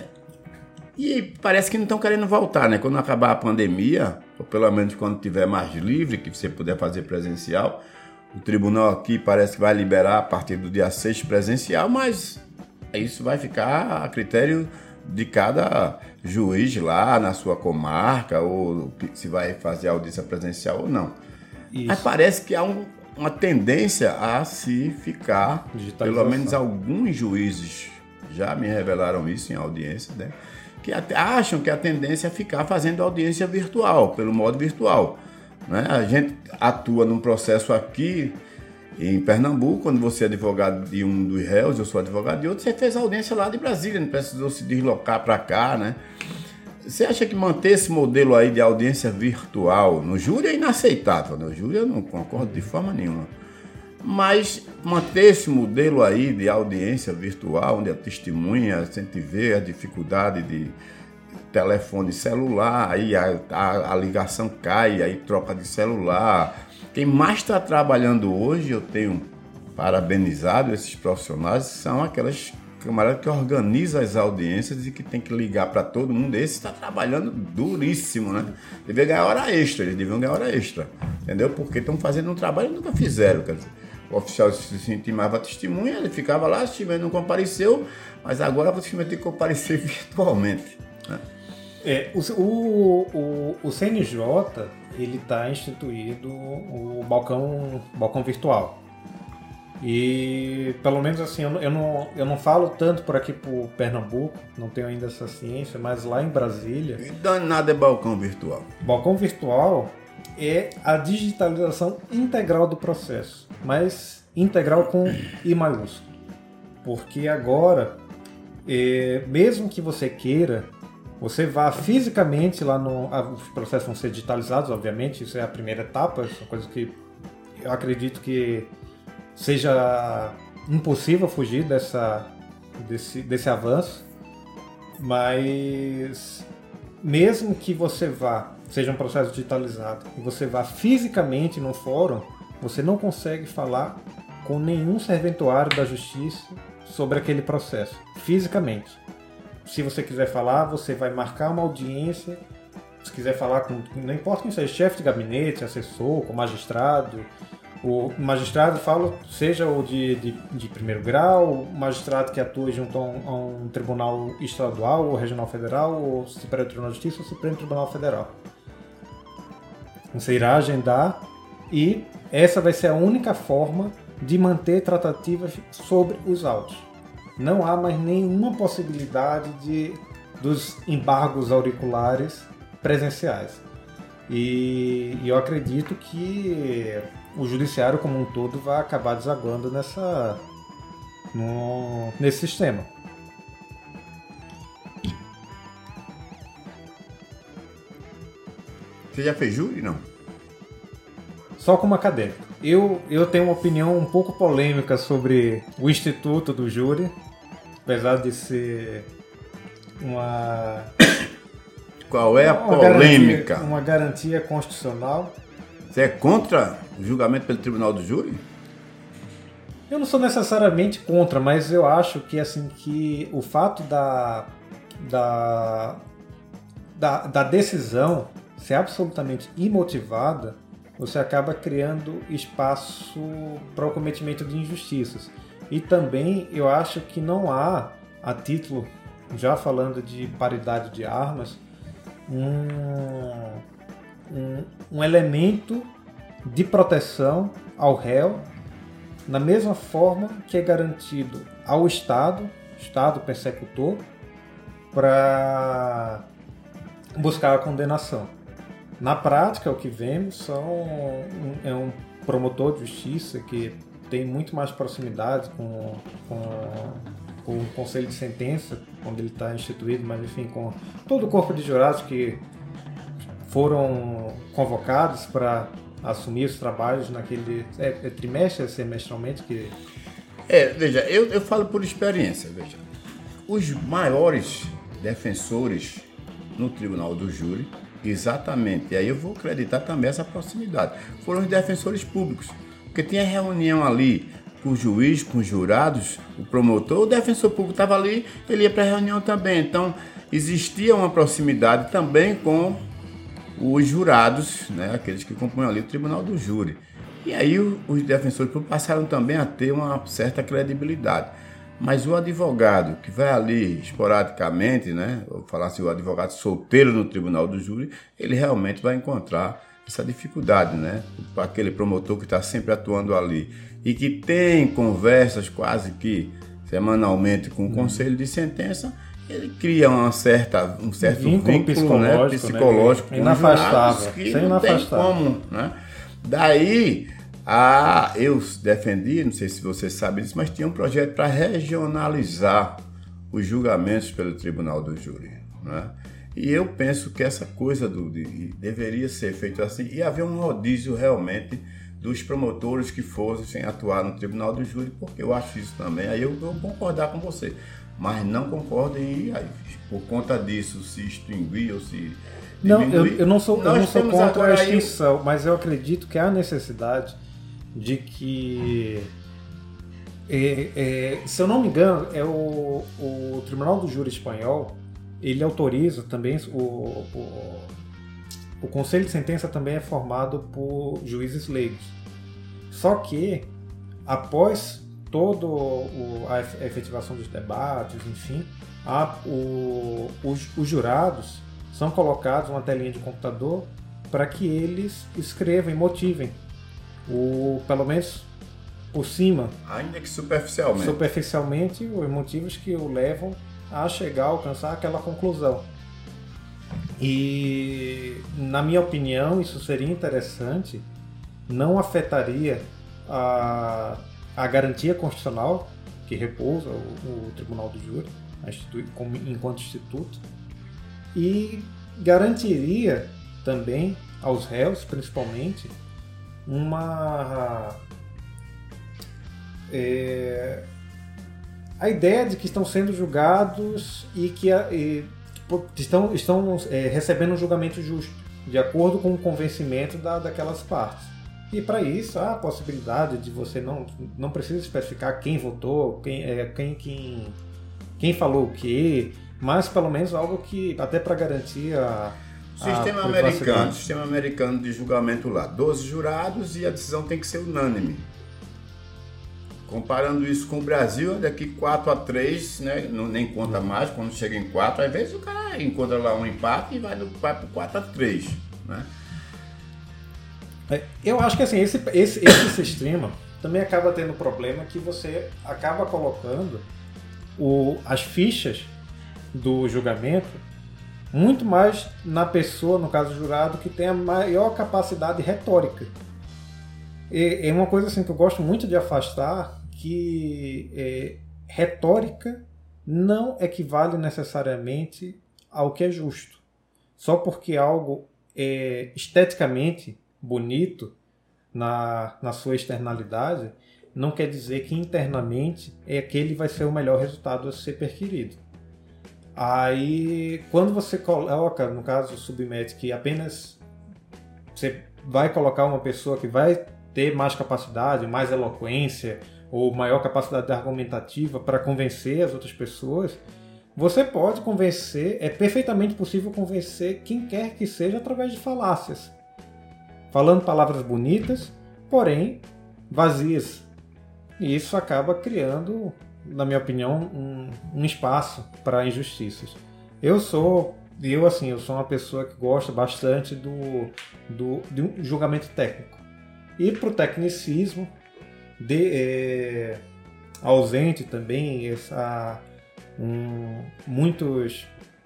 E parece que não estão querendo voltar, né? Quando acabar a pandemia, ou pelo menos quando tiver mais livre, que você puder fazer presencial, o tribunal aqui parece que vai liberar a partir do dia seis presencial, mas isso vai ficar a critério de cada juiz lá na sua comarca, ou se vai fazer audiência presencial ou não. Isso. Mas parece que há um, uma tendência a se ficar, pelo menos alguns juízes já me revelaram isso em audiência, né? Que até acham que a tendência é ficar fazendo audiência virtual, pelo modo virtual, né? A gente atua num processo aqui em Pernambuco, quando você é advogado de um dos réus, eu sou advogado de outro, você fez audiência lá de Brasília, não precisou se deslocar para cá, né? Você acha que manter esse modelo aí de audiência virtual no júri é inaceitável, né? No júri eu não concordo de forma nenhuma. Mas manter esse modelo aí de audiência virtual, onde a testemunha, a gente vê a dificuldade de telefone celular, aí a, a, a ligação cai, aí troca de celular. Quem mais está trabalhando hoje, eu tenho parabenizado esses profissionais, são aquelas camaradas que organizam as audiências e que tem que ligar para todo mundo. Esse está trabalhando duríssimo, né? Devia ganhar hora extra, eles deviam ganhar hora extra, entendeu? Porque estão fazendo um trabalho que nunca fizeram, quer dizer, o oficial se intimava a testemunha, ele ficava lá, se tiver não compareceu, mas agora você vai ter que comparecer virtualmente, né? É, o, o, o, o C N J, ele está instituído o balcão, balcão virtual. E pelo menos assim, eu, eu, não, eu não falo tanto por aqui por Pernambuco, não tenho ainda essa ciência, mas lá em Brasília... Então nada é balcão virtual. Balcão virtual é a digitalização integral do processo, mas integral com I maiúsculo. Porque agora, é, mesmo que você queira, você vá fisicamente lá no... Os processos vão ser digitalizados, obviamente, isso é a primeira etapa, isso é uma coisa que eu acredito que seja impossível fugir dessa, desse, desse avanço, mas mesmo que você vá, seja um processo digitalizado, e você vá fisicamente no fórum, você não consegue falar com nenhum serventuário da justiça sobre aquele processo, fisicamente. Se você quiser falar, você vai marcar uma audiência, se quiser falar com, não importa quem seja, chefe de gabinete, assessor, com magistrado. O magistrado, fala, seja o de, de, de primeiro grau, o magistrado que atua junto a um, a um tribunal estadual, ou regional federal, ou Superior Tribunal de Justiça, ou Supremo Tribunal Federal. Você irá agendar e essa vai ser a única forma de manter tratativas sobre os autos. Não há mais nenhuma possibilidade de, dos embargos auriculares presenciais. E, e eu acredito que o judiciário como um todo vai acabar desaguando nessa, no, nesse sistema. Você já fez júri, não? Só como acadêmico. Eu, eu tenho uma opinião um pouco polêmica sobre o Instituto do Júri, apesar de ser uma... Qual é a uma polêmica? Garantia, uma garantia constitucional. Você é contra o julgamento pelo Tribunal do Júri? Eu não sou necessariamente contra, mas eu acho que, assim, que o fato da, da, da, da decisão ser absolutamente imotivada, você acaba criando espaço para o cometimento de injustiças. E também eu acho que não há, a título, já falando de paridade de armas, um, um, um elemento de proteção ao réu, na mesma forma que é garantido ao Estado, Estado persecutor, para buscar a condenação. Na prática, o que vemos são um, é um promotor de justiça que tem muito mais proximidade com, com, com o conselho de sentença, quando ele está instituído, mas enfim, com todo o corpo de jurados que foram convocados para assumir os trabalhos naquele é, é trimestre, é semestralmente que... É, veja, eu, eu falo por experiência, veja. Os maiores defensores no Tribunal do Júri, exatamente, e aí eu vou acreditar também essa proximidade, foram os defensores públicos, porque tinha reunião ali com o juiz, com os jurados, o promotor, o defensor público estava ali, ele ia para a reunião também, então existia uma proximidade também com os jurados, né, aqueles que compõem ali o Tribunal do Júri. E aí os defensores públicos passaram também a ter uma certa credibilidade. Mas o advogado que vai ali esporadicamente, né, vou falar assim, o advogado solteiro no Tribunal do Júri, ele realmente vai encontrar essa dificuldade, né, para aquele promotor que está sempre atuando ali e que tem conversas quase que semanalmente com o Conselho de Sentença, ele cria uma certa, um certo vínculo, vínculo psicológico, né, psicológico né, com inafastável, que não tem como, né? Daí, a, eu defendi, não sei se você sabe disso, mas tinha um projeto para regionalizar os julgamentos pelo Tribunal do Júri, né? E eu penso que essa coisa do, de, deveria ser feita assim, e haver um rodízio realmente dos promotores que fossem atuar no Tribunal do Júri, porque eu acho isso também, aí eu vou concordar com você. Mas não concordo em, aí, por conta disso, se extinguir ou se diminuir. Não, eu, eu não sou, eu não sou contra a extinção, aí... mas eu acredito que há necessidade de que, é, é, se eu não me engano, é o, o Tribunal do Júri Espanhol, ele autoriza também, o, o, o Conselho de Sentença também é formado por juízes leigos. Só que, após toda a efetivação dos debates, enfim, a, o, os, os jurados são colocados numa telinha de computador para que eles escrevam e motivem, o, pelo menos por cima. Ainda que superficialmente. Superficialmente, os motivos que o levam a chegar a alcançar aquela conclusão. E, na minha opinião, isso seria interessante, não afetaria a, a garantia constitucional que repousa o, o Tribunal do Júri, a institui, como, enquanto instituto, e garantiria também aos réus, principalmente, uma é, a ideia de que estão sendo julgados e que e, estão, estão é, recebendo um julgamento justo, de acordo com o convencimento da, daquelas partes. E para isso há a possibilidade de você não, não precisa especificar quem votou, quem, é, quem, quem, quem falou o quê, mas pelo menos algo que, até para garantir a Sistema americano, sistema americano de julgamento lá, doze jurados e a decisão tem que ser unânime. Comparando isso com o Brasil, daqui quatro a três, né, não, nem conta mais, quando chega em quatro, às vezes o cara encontra lá um empate e vai, no, vai para quatro a três. Né? Eu acho que assim, esse, esse, esse sistema também acaba tendo problema que você acaba colocando o, as fichas do julgamento muito mais na pessoa, no caso jurado, que tem a maior capacidade retórica. E é uma coisa assim que eu gosto muito de afastar, que é, retórica não equivale necessariamente ao que é justo. Só porque algo é esteticamente bonito na, na sua externalidade, não quer dizer que internamente é aquele vai ser o melhor resultado a ser perquirido. Aí, quando você coloca, no caso, submete que apenas você vai colocar uma pessoa que vai ter mais capacidade, mais eloquência ou maior capacidade argumentativa para convencer as outras pessoas, você pode convencer, é perfeitamente possível convencer quem quer que seja através de falácias. Falando palavras bonitas, porém vazias. E isso acaba criando, na minha opinião, um, um espaço para injustiças. Eu sou, eu assim, eu sou uma pessoa que gosta bastante do, do, de um julgamento técnico. E para o tecnicismo, de, é, ausente também essa, um, muitos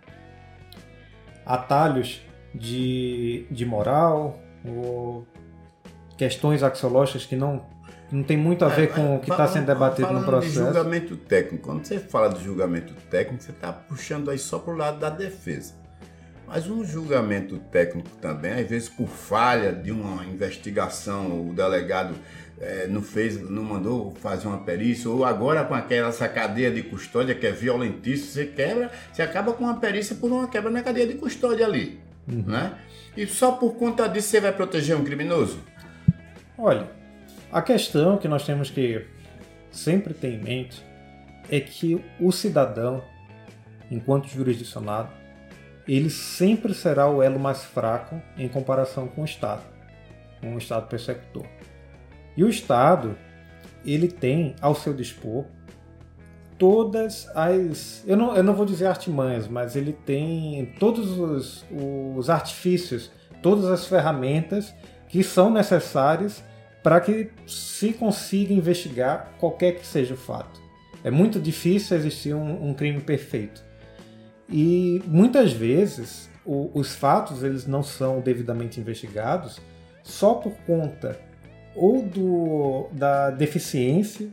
atalhos de, de moral, ou questões axiológicas que não Não tem muito a ver com o que está sendo debatido no processo. Falando de julgamento técnico, quando você fala de julgamento técnico, você está puxando aí só para o lado da defesa. Mas um julgamento técnico também, às vezes por falha de uma investigação, o delegado é, não fez, não mandou fazer uma perícia, ou agora com aquela essa cadeia de custódia que é violentíssima, você quebra, você acaba com uma perícia por uma quebra na cadeia de custódia ali. Uhum. Né? E só por conta disso você vai proteger um criminoso? Olha, a questão que nós temos que sempre ter em mente é que o cidadão, enquanto jurisdicionado, ele sempre será o elo mais fraco em comparação com o Estado, com o Estado persecutor. E o Estado, ele tem ao seu dispor todas as... Eu não, eu não vou dizer artimanhas, mas ele tem todos os, os artifícios, todas as ferramentas que são necessárias para que se consiga investigar qualquer que seja o fato. É muito difícil existir um, um crime perfeito. E muitas vezes o, os fatos eles não são devidamente investigados só por conta ou do, da deficiência,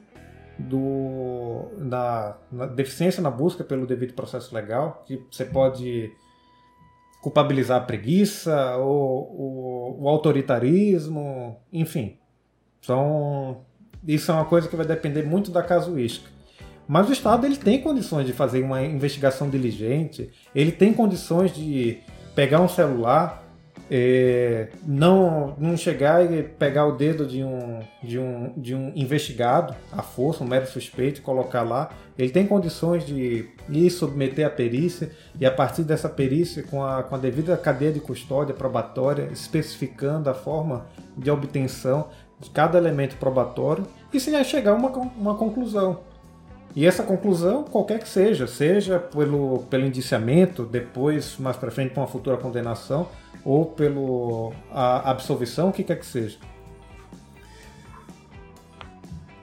do, da, da deficiência na busca pelo devido processo legal, que você pode culpabilizar a preguiça, ou, o, o autoritarismo, enfim. São, isso é uma coisa que vai depender muito da casuística. Mas o Estado ele tem condições de fazer uma investigação diligente, ele tem condições de pegar um celular, é, não, não chegar e pegar o dedo de um, de, um, de um investigado à força, um mero suspeito, e colocar lá. Ele tem condições de ir submeter a perícia e a partir dessa perícia, com a, com a devida cadeia de custódia probatória, especificando a forma de obtenção de cada elemento probatório e se chegar a uma, uma conclusão. E essa conclusão, qualquer que seja, seja pelo, pelo indiciamento, depois, mais para frente, para uma futura condenação, ou pela absolvição, o que quer que seja.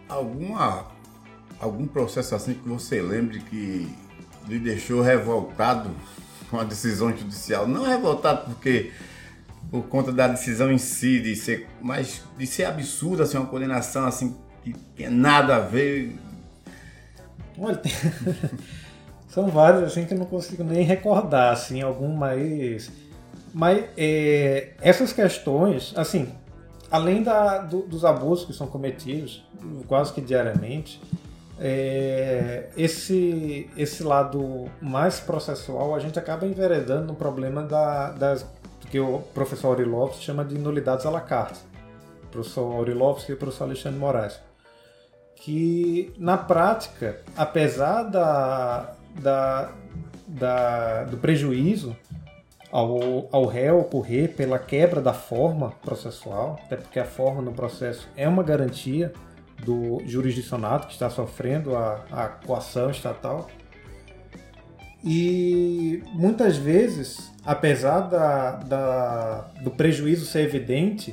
alguma, algum processo assim que você lembre que lhe deixou revoltado com a decisão judicial? Não revoltado porque por conta da decisão em si, de ser, mas de ser absurda, assim, uma condenação assim que tem nada a ver. Olha, tem... são vários assim que eu não consigo nem recordar, assim, algum mais... Mas é, essas questões, assim, além da, do, dos abusos que são cometidos quase que diariamente, é, esse, esse lado mais processual a gente acaba enveredando no problema da, das, que o professor Aurilovski chama de nulidades à la carte. O professor Aurilovski e o professor Alexandre Moraes. Que, na prática, apesar da, da, da, do prejuízo ao, ao réu ocorrer pela quebra da forma processual, até porque a forma no processo é uma garantia do jurisdicionado que está sofrendo a, a coação estatal, e muitas vezes, apesar da, da, do prejuízo ser evidente,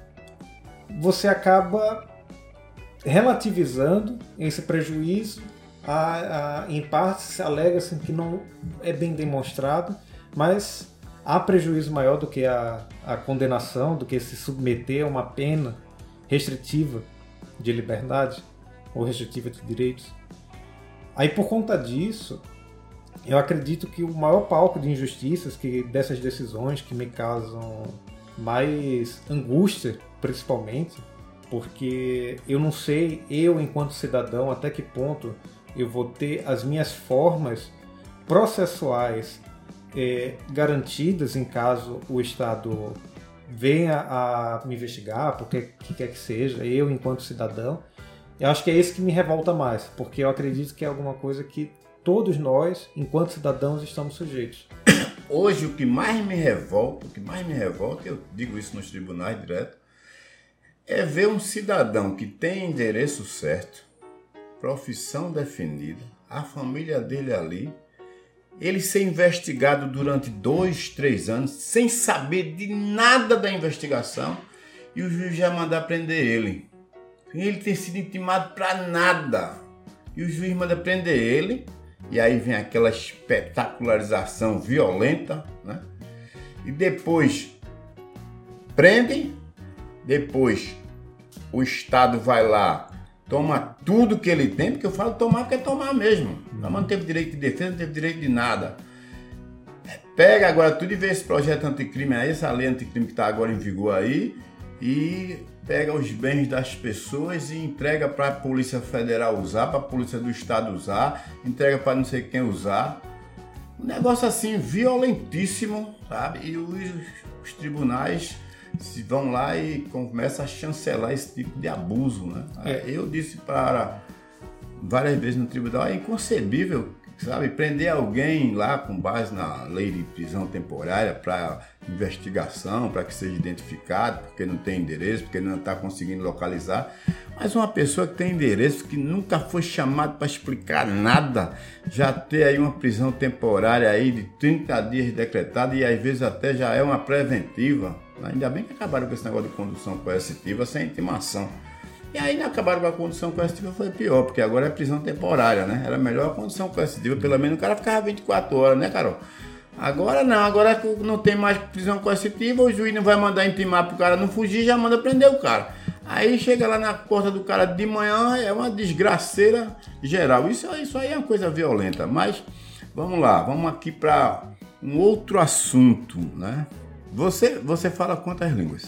você acaba relativizando esse prejuízo, a, a, em parte alega-se que não é bem demonstrado, mas há prejuízo maior do que a, a condenação, do que se submeter a uma pena restritiva de liberdade ou restritiva de direitos. Aí, por conta disso, eu acredito que o maior palco de injustiças, que dessas decisões que me causam mais angústia, principalmente, porque eu não sei, eu enquanto cidadão, até que ponto eu vou ter as minhas formas processuais é, garantidas em caso o Estado venha a me investigar, porque que quer que seja, eu enquanto cidadão. Eu acho que é isso que me revolta mais, porque eu acredito que é alguma coisa que todos nós, enquanto cidadãos, estamos sujeitos. Hoje, o que mais me revolta, o que mais me revolta, eu digo isso nos tribunais direto, é ver um cidadão que tem endereço certo, profissão definida, a família dele ali, ele ser investigado durante dois, três anos, sem saber de nada da investigação, e o juiz já mandar prender ele. Ele tem sido intimado para nada. E o juiz manda prender ele, e aí vem aquela espetacularização violenta, né? E depois prende, depois o Estado vai lá, toma tudo que ele tem, porque eu falo tomar porque é tomar mesmo. Mas não teve direito de defesa, não teve direito de nada. Pega agora tudo e vê esse projeto anticrime aí, essa lei anticrime que está agora em vigor aí, e pega os bens das pessoas e entrega para a Polícia Federal usar, para a Polícia do Estado usar, entrega para não sei quem usar. Um negócio assim violentíssimo, sabe? E os, os tribunais se vão lá e começam a chancelar esse tipo de abuso, né? É. Eu disse para várias vezes no tribunal, é inconcebível, sabe, prender alguém lá com base na lei de prisão temporária para investigação, para que seja identificado, porque não tem endereço, porque ele não está conseguindo localizar. Mas uma pessoa que tem endereço, que nunca foi chamado para explicar nada, já ter aí uma prisão temporária aí de trinta dias decretada e às vezes até já é uma preventiva. Ainda bem que acabaram com esse negócio de condução coercitiva sem intimação. E aí acabaram com a condução coercitiva, foi pior, porque agora é prisão temporária, né? Era melhor a condução coercitiva, pelo menos o cara ficava vinte e quatro horas, né, Carol? Agora não, agora não tem mais prisão coercitiva, o juiz não vai mandar intimar pro cara não fugir, já manda prender o cara. Aí chega lá na porta do cara de manhã, é uma desgraceira geral. Isso, isso aí é uma coisa violenta, mas vamos lá, vamos aqui para um outro assunto, né? Você, você fala quantas línguas?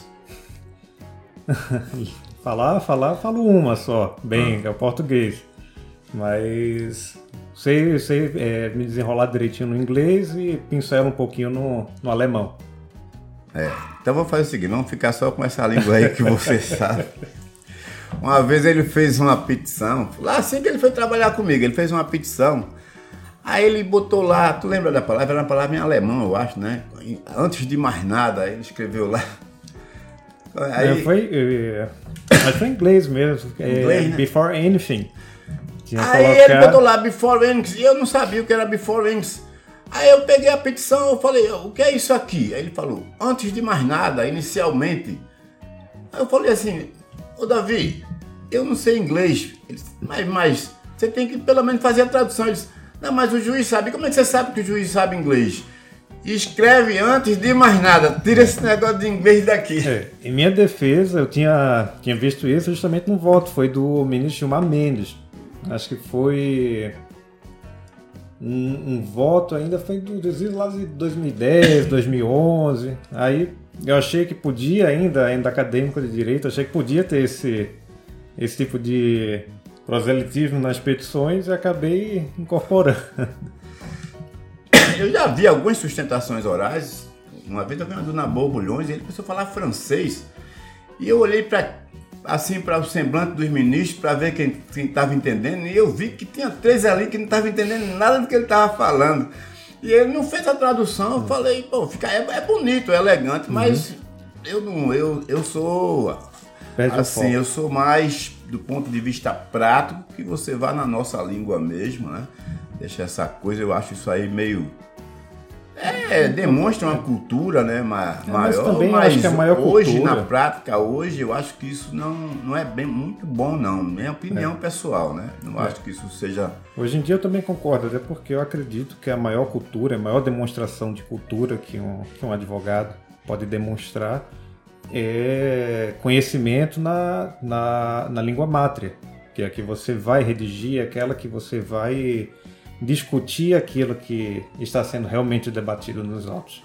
Falar, falar, falo uma só, bem, que é o português. Mas sei, sei é, me desenrolar direitinho no inglês e pincelo um pouquinho no, no alemão. É, então vamos fazer o seguinte, vamos ficar só com essa língua aí que você sabe. Uma vez ele fez uma petição, lá assim que ele foi trabalhar comigo, ele fez uma petição. Aí ele botou lá, tu lembra da palavra? Era uma palavra em alemão, eu acho, né? Antes de mais nada, ele escreveu lá. Aí, é, foi, é, mas foi em inglês mesmo, é, inglês, né? Before anything. Tinha aí colocado... ele botou lá before anything, e eu não sabia o que era before anything. Aí eu peguei a petição, eu falei, o que é isso aqui? Aí ele falou, antes de mais nada, inicialmente. Aí eu falei assim, ô Davi, eu não sei inglês, ele disse, mas, mas você tem que pelo menos fazer a tradução. Ele disse, não, mas o juiz sabe. Como é que você sabe que o juiz sabe inglês? Escreve antes de mais nada, tira esse negócio de inglês daqui. É, em minha defesa, eu tinha, tinha visto isso justamente no voto, foi do ministro Gilmar Mendes. Acho que foi um, um voto ainda, foi do lá de dois mil e dez, dois mil e onze. Aí eu achei que podia ainda, ainda acadêmico de direito, achei que podia ter esse, esse tipo de proselitismo nas petições e acabei incorporando. Eu já vi algumas sustentações orais. Uma vez eu vi uma do Nabor Bulhões e ele começou a falar francês. E eu olhei para assim, para o semblante dos ministros para ver quem estava entendendo. E eu vi que tinha três ali que não estavam entendendo nada do que ele estava falando. E ele não fez a tradução. Eu falei, pô, fica, é, é bonito, é elegante, mas uhum. eu não, eu, eu sou Pede assim, eu sou mais do ponto de vista prático, que você vá na nossa língua mesmo, né? Deixa essa coisa, eu acho isso aí meio... É, demonstra uma cultura, né, maior, é, mas, também mas acho que a maior hoje, cultura... na prática, hoje, eu acho que isso não, não é bem muito bom, não. Minha opinião é. pessoal, né? Não é. acho que isso seja... Hoje em dia eu também concordo, até porque eu acredito que a maior cultura, a maior demonstração de cultura que um, que um advogado pode demonstrar é conhecimento na, na, na língua mátria, que é a que você vai redigir, aquela que você vai... discutir aquilo que está sendo realmente debatido nos autos.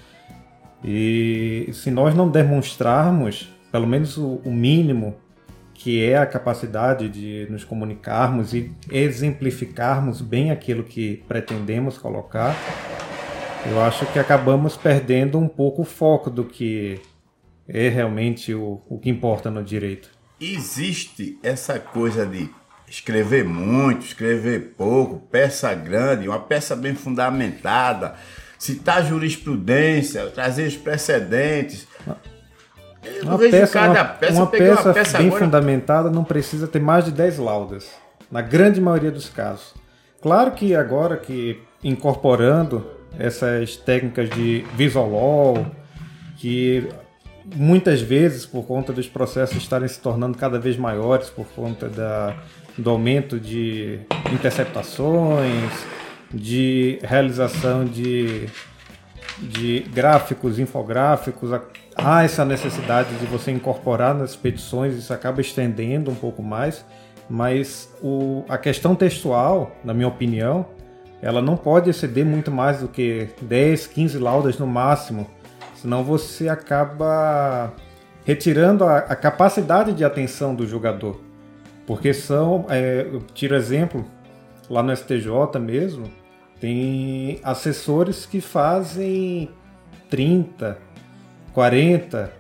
E se nós não demonstrarmos, pelo menos o, o mínimo, que é a capacidade de nos comunicarmos e exemplificarmos bem aquilo que pretendemos colocar, eu acho que acabamos perdendo um pouco o foco do que é realmente o, o que importa no direito. Existe essa coisa de escrever muito, escrever pouco, peça grande, uma peça bem fundamentada, citar jurisprudência, trazer os precedentes. Eu uma peça, cada peça, uma, uma peça, uma peça bem agora... fundamentada não precisa ter mais de dez laudas, na grande maioria dos casos. Claro que agora que incorporando essas técnicas de visual law, que muitas vezes por conta dos processos estarem se tornando cada vez maiores, por conta da do aumento de interceptações, de realização de, de gráficos, infográficos, há essa necessidade de você incorporar nas petições, isso acaba estendendo um pouco mais, mas o, a questão textual, na minha opinião, ela não pode exceder muito mais do que dez, quinze laudas no máximo, senão você acaba retirando a, a capacidade de atenção do julgador. Porque são, é, eu tiro exemplo, lá no S T J mesmo, tem assessores que fazem trinta, quarenta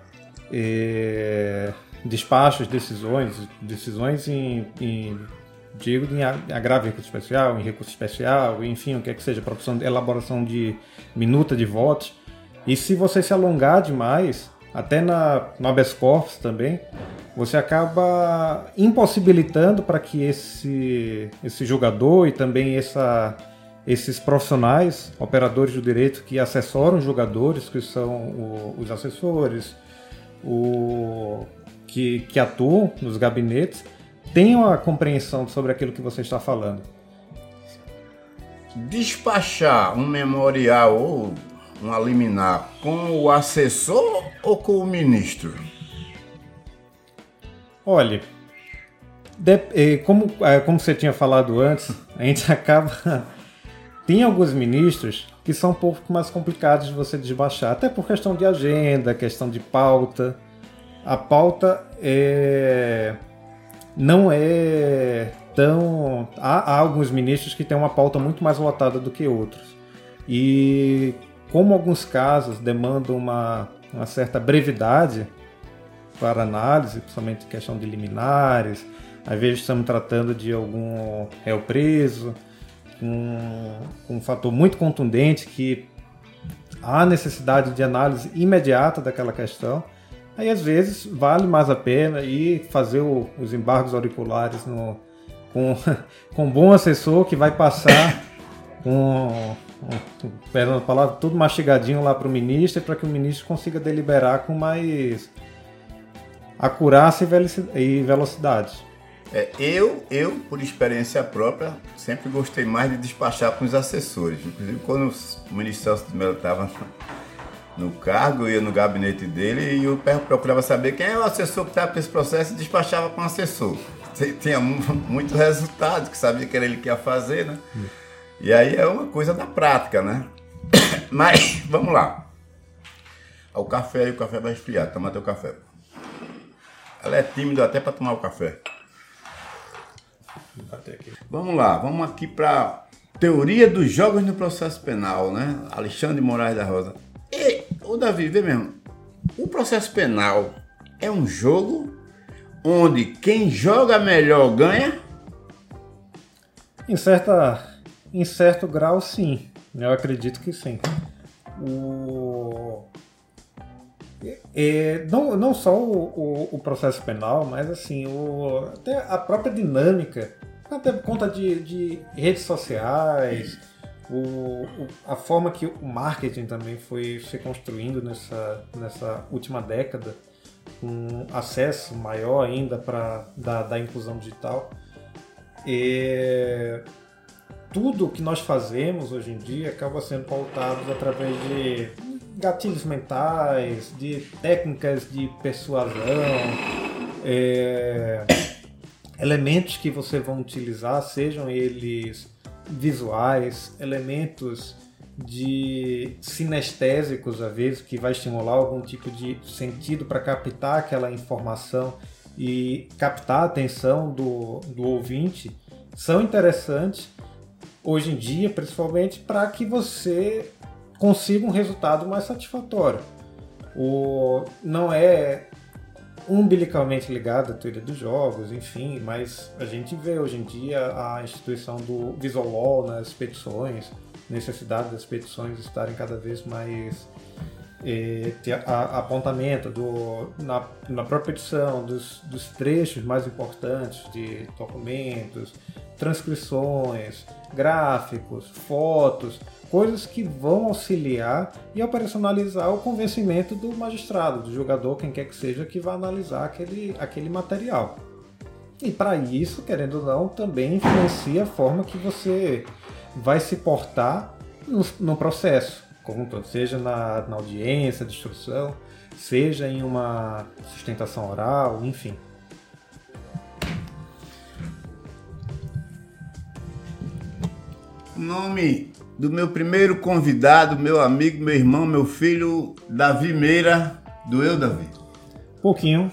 é, despachos, decisões, decisões em, em, digo, em agravo em recurso especial, em recurso especial, enfim, o que é que seja, produção, elaboração de minuta de votos. E se você se alongar demais, até na, no habeas corpus também, você acaba impossibilitando para que esse, esse julgador e também essa, esses profissionais, operadores do direito que assessoram os julgadores, que são o, os assessores, o, que, que atuam nos gabinetes, tenham a compreensão sobre aquilo que você está falando. Despachar um memorial ou uma liminar com o assessor ou com o ministro? Olha, de, como, como você tinha falado antes, a gente acaba... Tem alguns ministros que são um pouco mais complicados de você despachar, até por questão de agenda, questão de pauta. A pauta é... não é tão... Há, há alguns ministros que têm uma pauta muito mais lotada do que outros. E como alguns casos demandam uma, uma certa brevidade para análise, principalmente questão de liminares, às vezes estamos tratando de algum réu preso, com, com um fator muito contundente que há necessidade de análise imediata daquela questão, aí às vezes vale mais a pena ir fazer o, os embargos auriculares no, com, com um bom assessor que vai passar com, perdão a palavra, tudo mastigadinho lá para o ministro, para que o ministro consiga deliberar com mais acurácia e velocidade. É, eu, eu, por experiência própria, sempre gostei mais de despachar com os assessores. Inclusive, quando o ministro Celso de Mello estava no cargo, eu ia no gabinete dele e eu procurava saber quem é o assessor que estava com esse processo e despachava com o assessor. Tinha muito resultado, que sabia que era ele que ia fazer, né? E aí é uma coisa da prática, né? Mas, vamos lá. O café, o café vai esfriar, toma teu café. Ela é tímida até para tomar o café. Vamos lá, vamos aqui para teoria dos jogos no processo penal, né? Alexandre Moraes da Rosa. E, o Davi, vê mesmo, o processo penal é um jogo onde quem joga melhor ganha? Em, certa, em certo grau, sim. Eu acredito que sim. O... É, não, não só o, o, o processo penal, mas assim, o, até a própria dinâmica, até por conta de, de redes sociais, o, o, a forma que o marketing também foi se construindo nessa, nessa última década, com acesso maior ainda para da, da inclusão digital. E tudo que nós fazemos hoje em dia acaba sendo pautado através de gatilhos mentais, de técnicas de persuasão, é, elementos que você vai utilizar, sejam eles visuais, elementos de sinestésicos, às vezes, que vai estimular algum tipo de sentido para captar aquela informação e captar a atenção do, do ouvinte, são interessantes hoje em dia, principalmente para que você consiga um resultado mais satisfatório. O, não é umbilicalmente ligado à teoria dos jogos, enfim, mas a gente vê hoje em dia a instituição do visual law nas petições, necessidade das petições estarem cada vez mais é, ter a, a apontamento do, na, na própria petição dos, dos trechos mais importantes de documentos, transcrições, gráficos, fotos, coisas que vão auxiliar e operacionalizar o convencimento do magistrado, do jogador, quem quer que seja, que vai analisar aquele, aquele material. E para isso, querendo ou não, também influencia a forma que você vai se portar no, no processo, como todo, seja na, na audiência de instrução, seja em uma sustentação oral, enfim. O nome do meu primeiro convidado, meu amigo, meu irmão, meu filho, Davi Meira. Doeu, Davi? Pouquinho.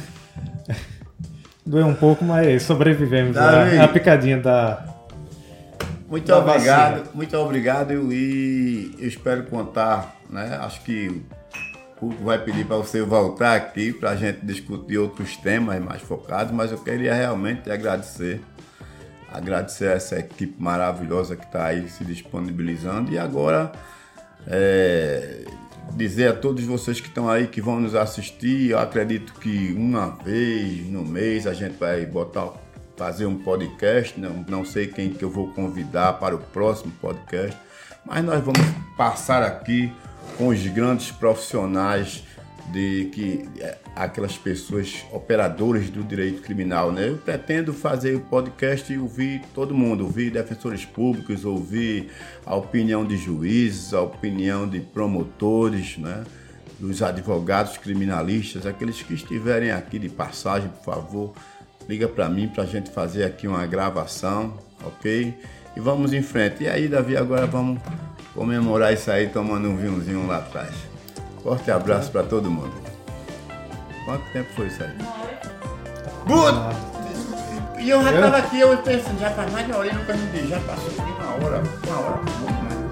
Doeu um pouco, mas sobrevivemos à, à picadinha da... Muito da obrigado, vacina. Muito obrigado e eu espero contar, né? Acho que o público vai pedir para você voltar aqui para a gente discutir outros temas mais focados, mas eu queria realmente te agradecer. Agradecer a essa equipe maravilhosa que está aí se disponibilizando e agora é, dizer a todos vocês que estão aí, que vão nos assistir, eu acredito que uma vez no mês a gente vai botar, fazer um podcast, não, não sei quem que eu vou convidar para o próximo podcast, mas nós vamos passar aqui com os grandes profissionais de que aquelas pessoas operadoras do direito criminal, né? Eu pretendo fazer o podcast e ouvir todo mundo, ouvir defensores públicos, ouvir a opinião de juízes, a opinião de promotores, né? Dos advogados criminalistas, aqueles que estiverem aqui de passagem, por favor, liga para mim para a gente fazer aqui uma gravação, ok? E vamos em frente. E aí, Davi, agora vamos comemorar isso aí tomando um vinhozinho lá atrás. Forte abraço para todo mundo. Quanto tempo foi isso aí? Uma hora. E eu já estava aqui, eu pensando, já faz mais de uma hora e não perguntei, já passou de uma hora, uma hora, um pouco mais.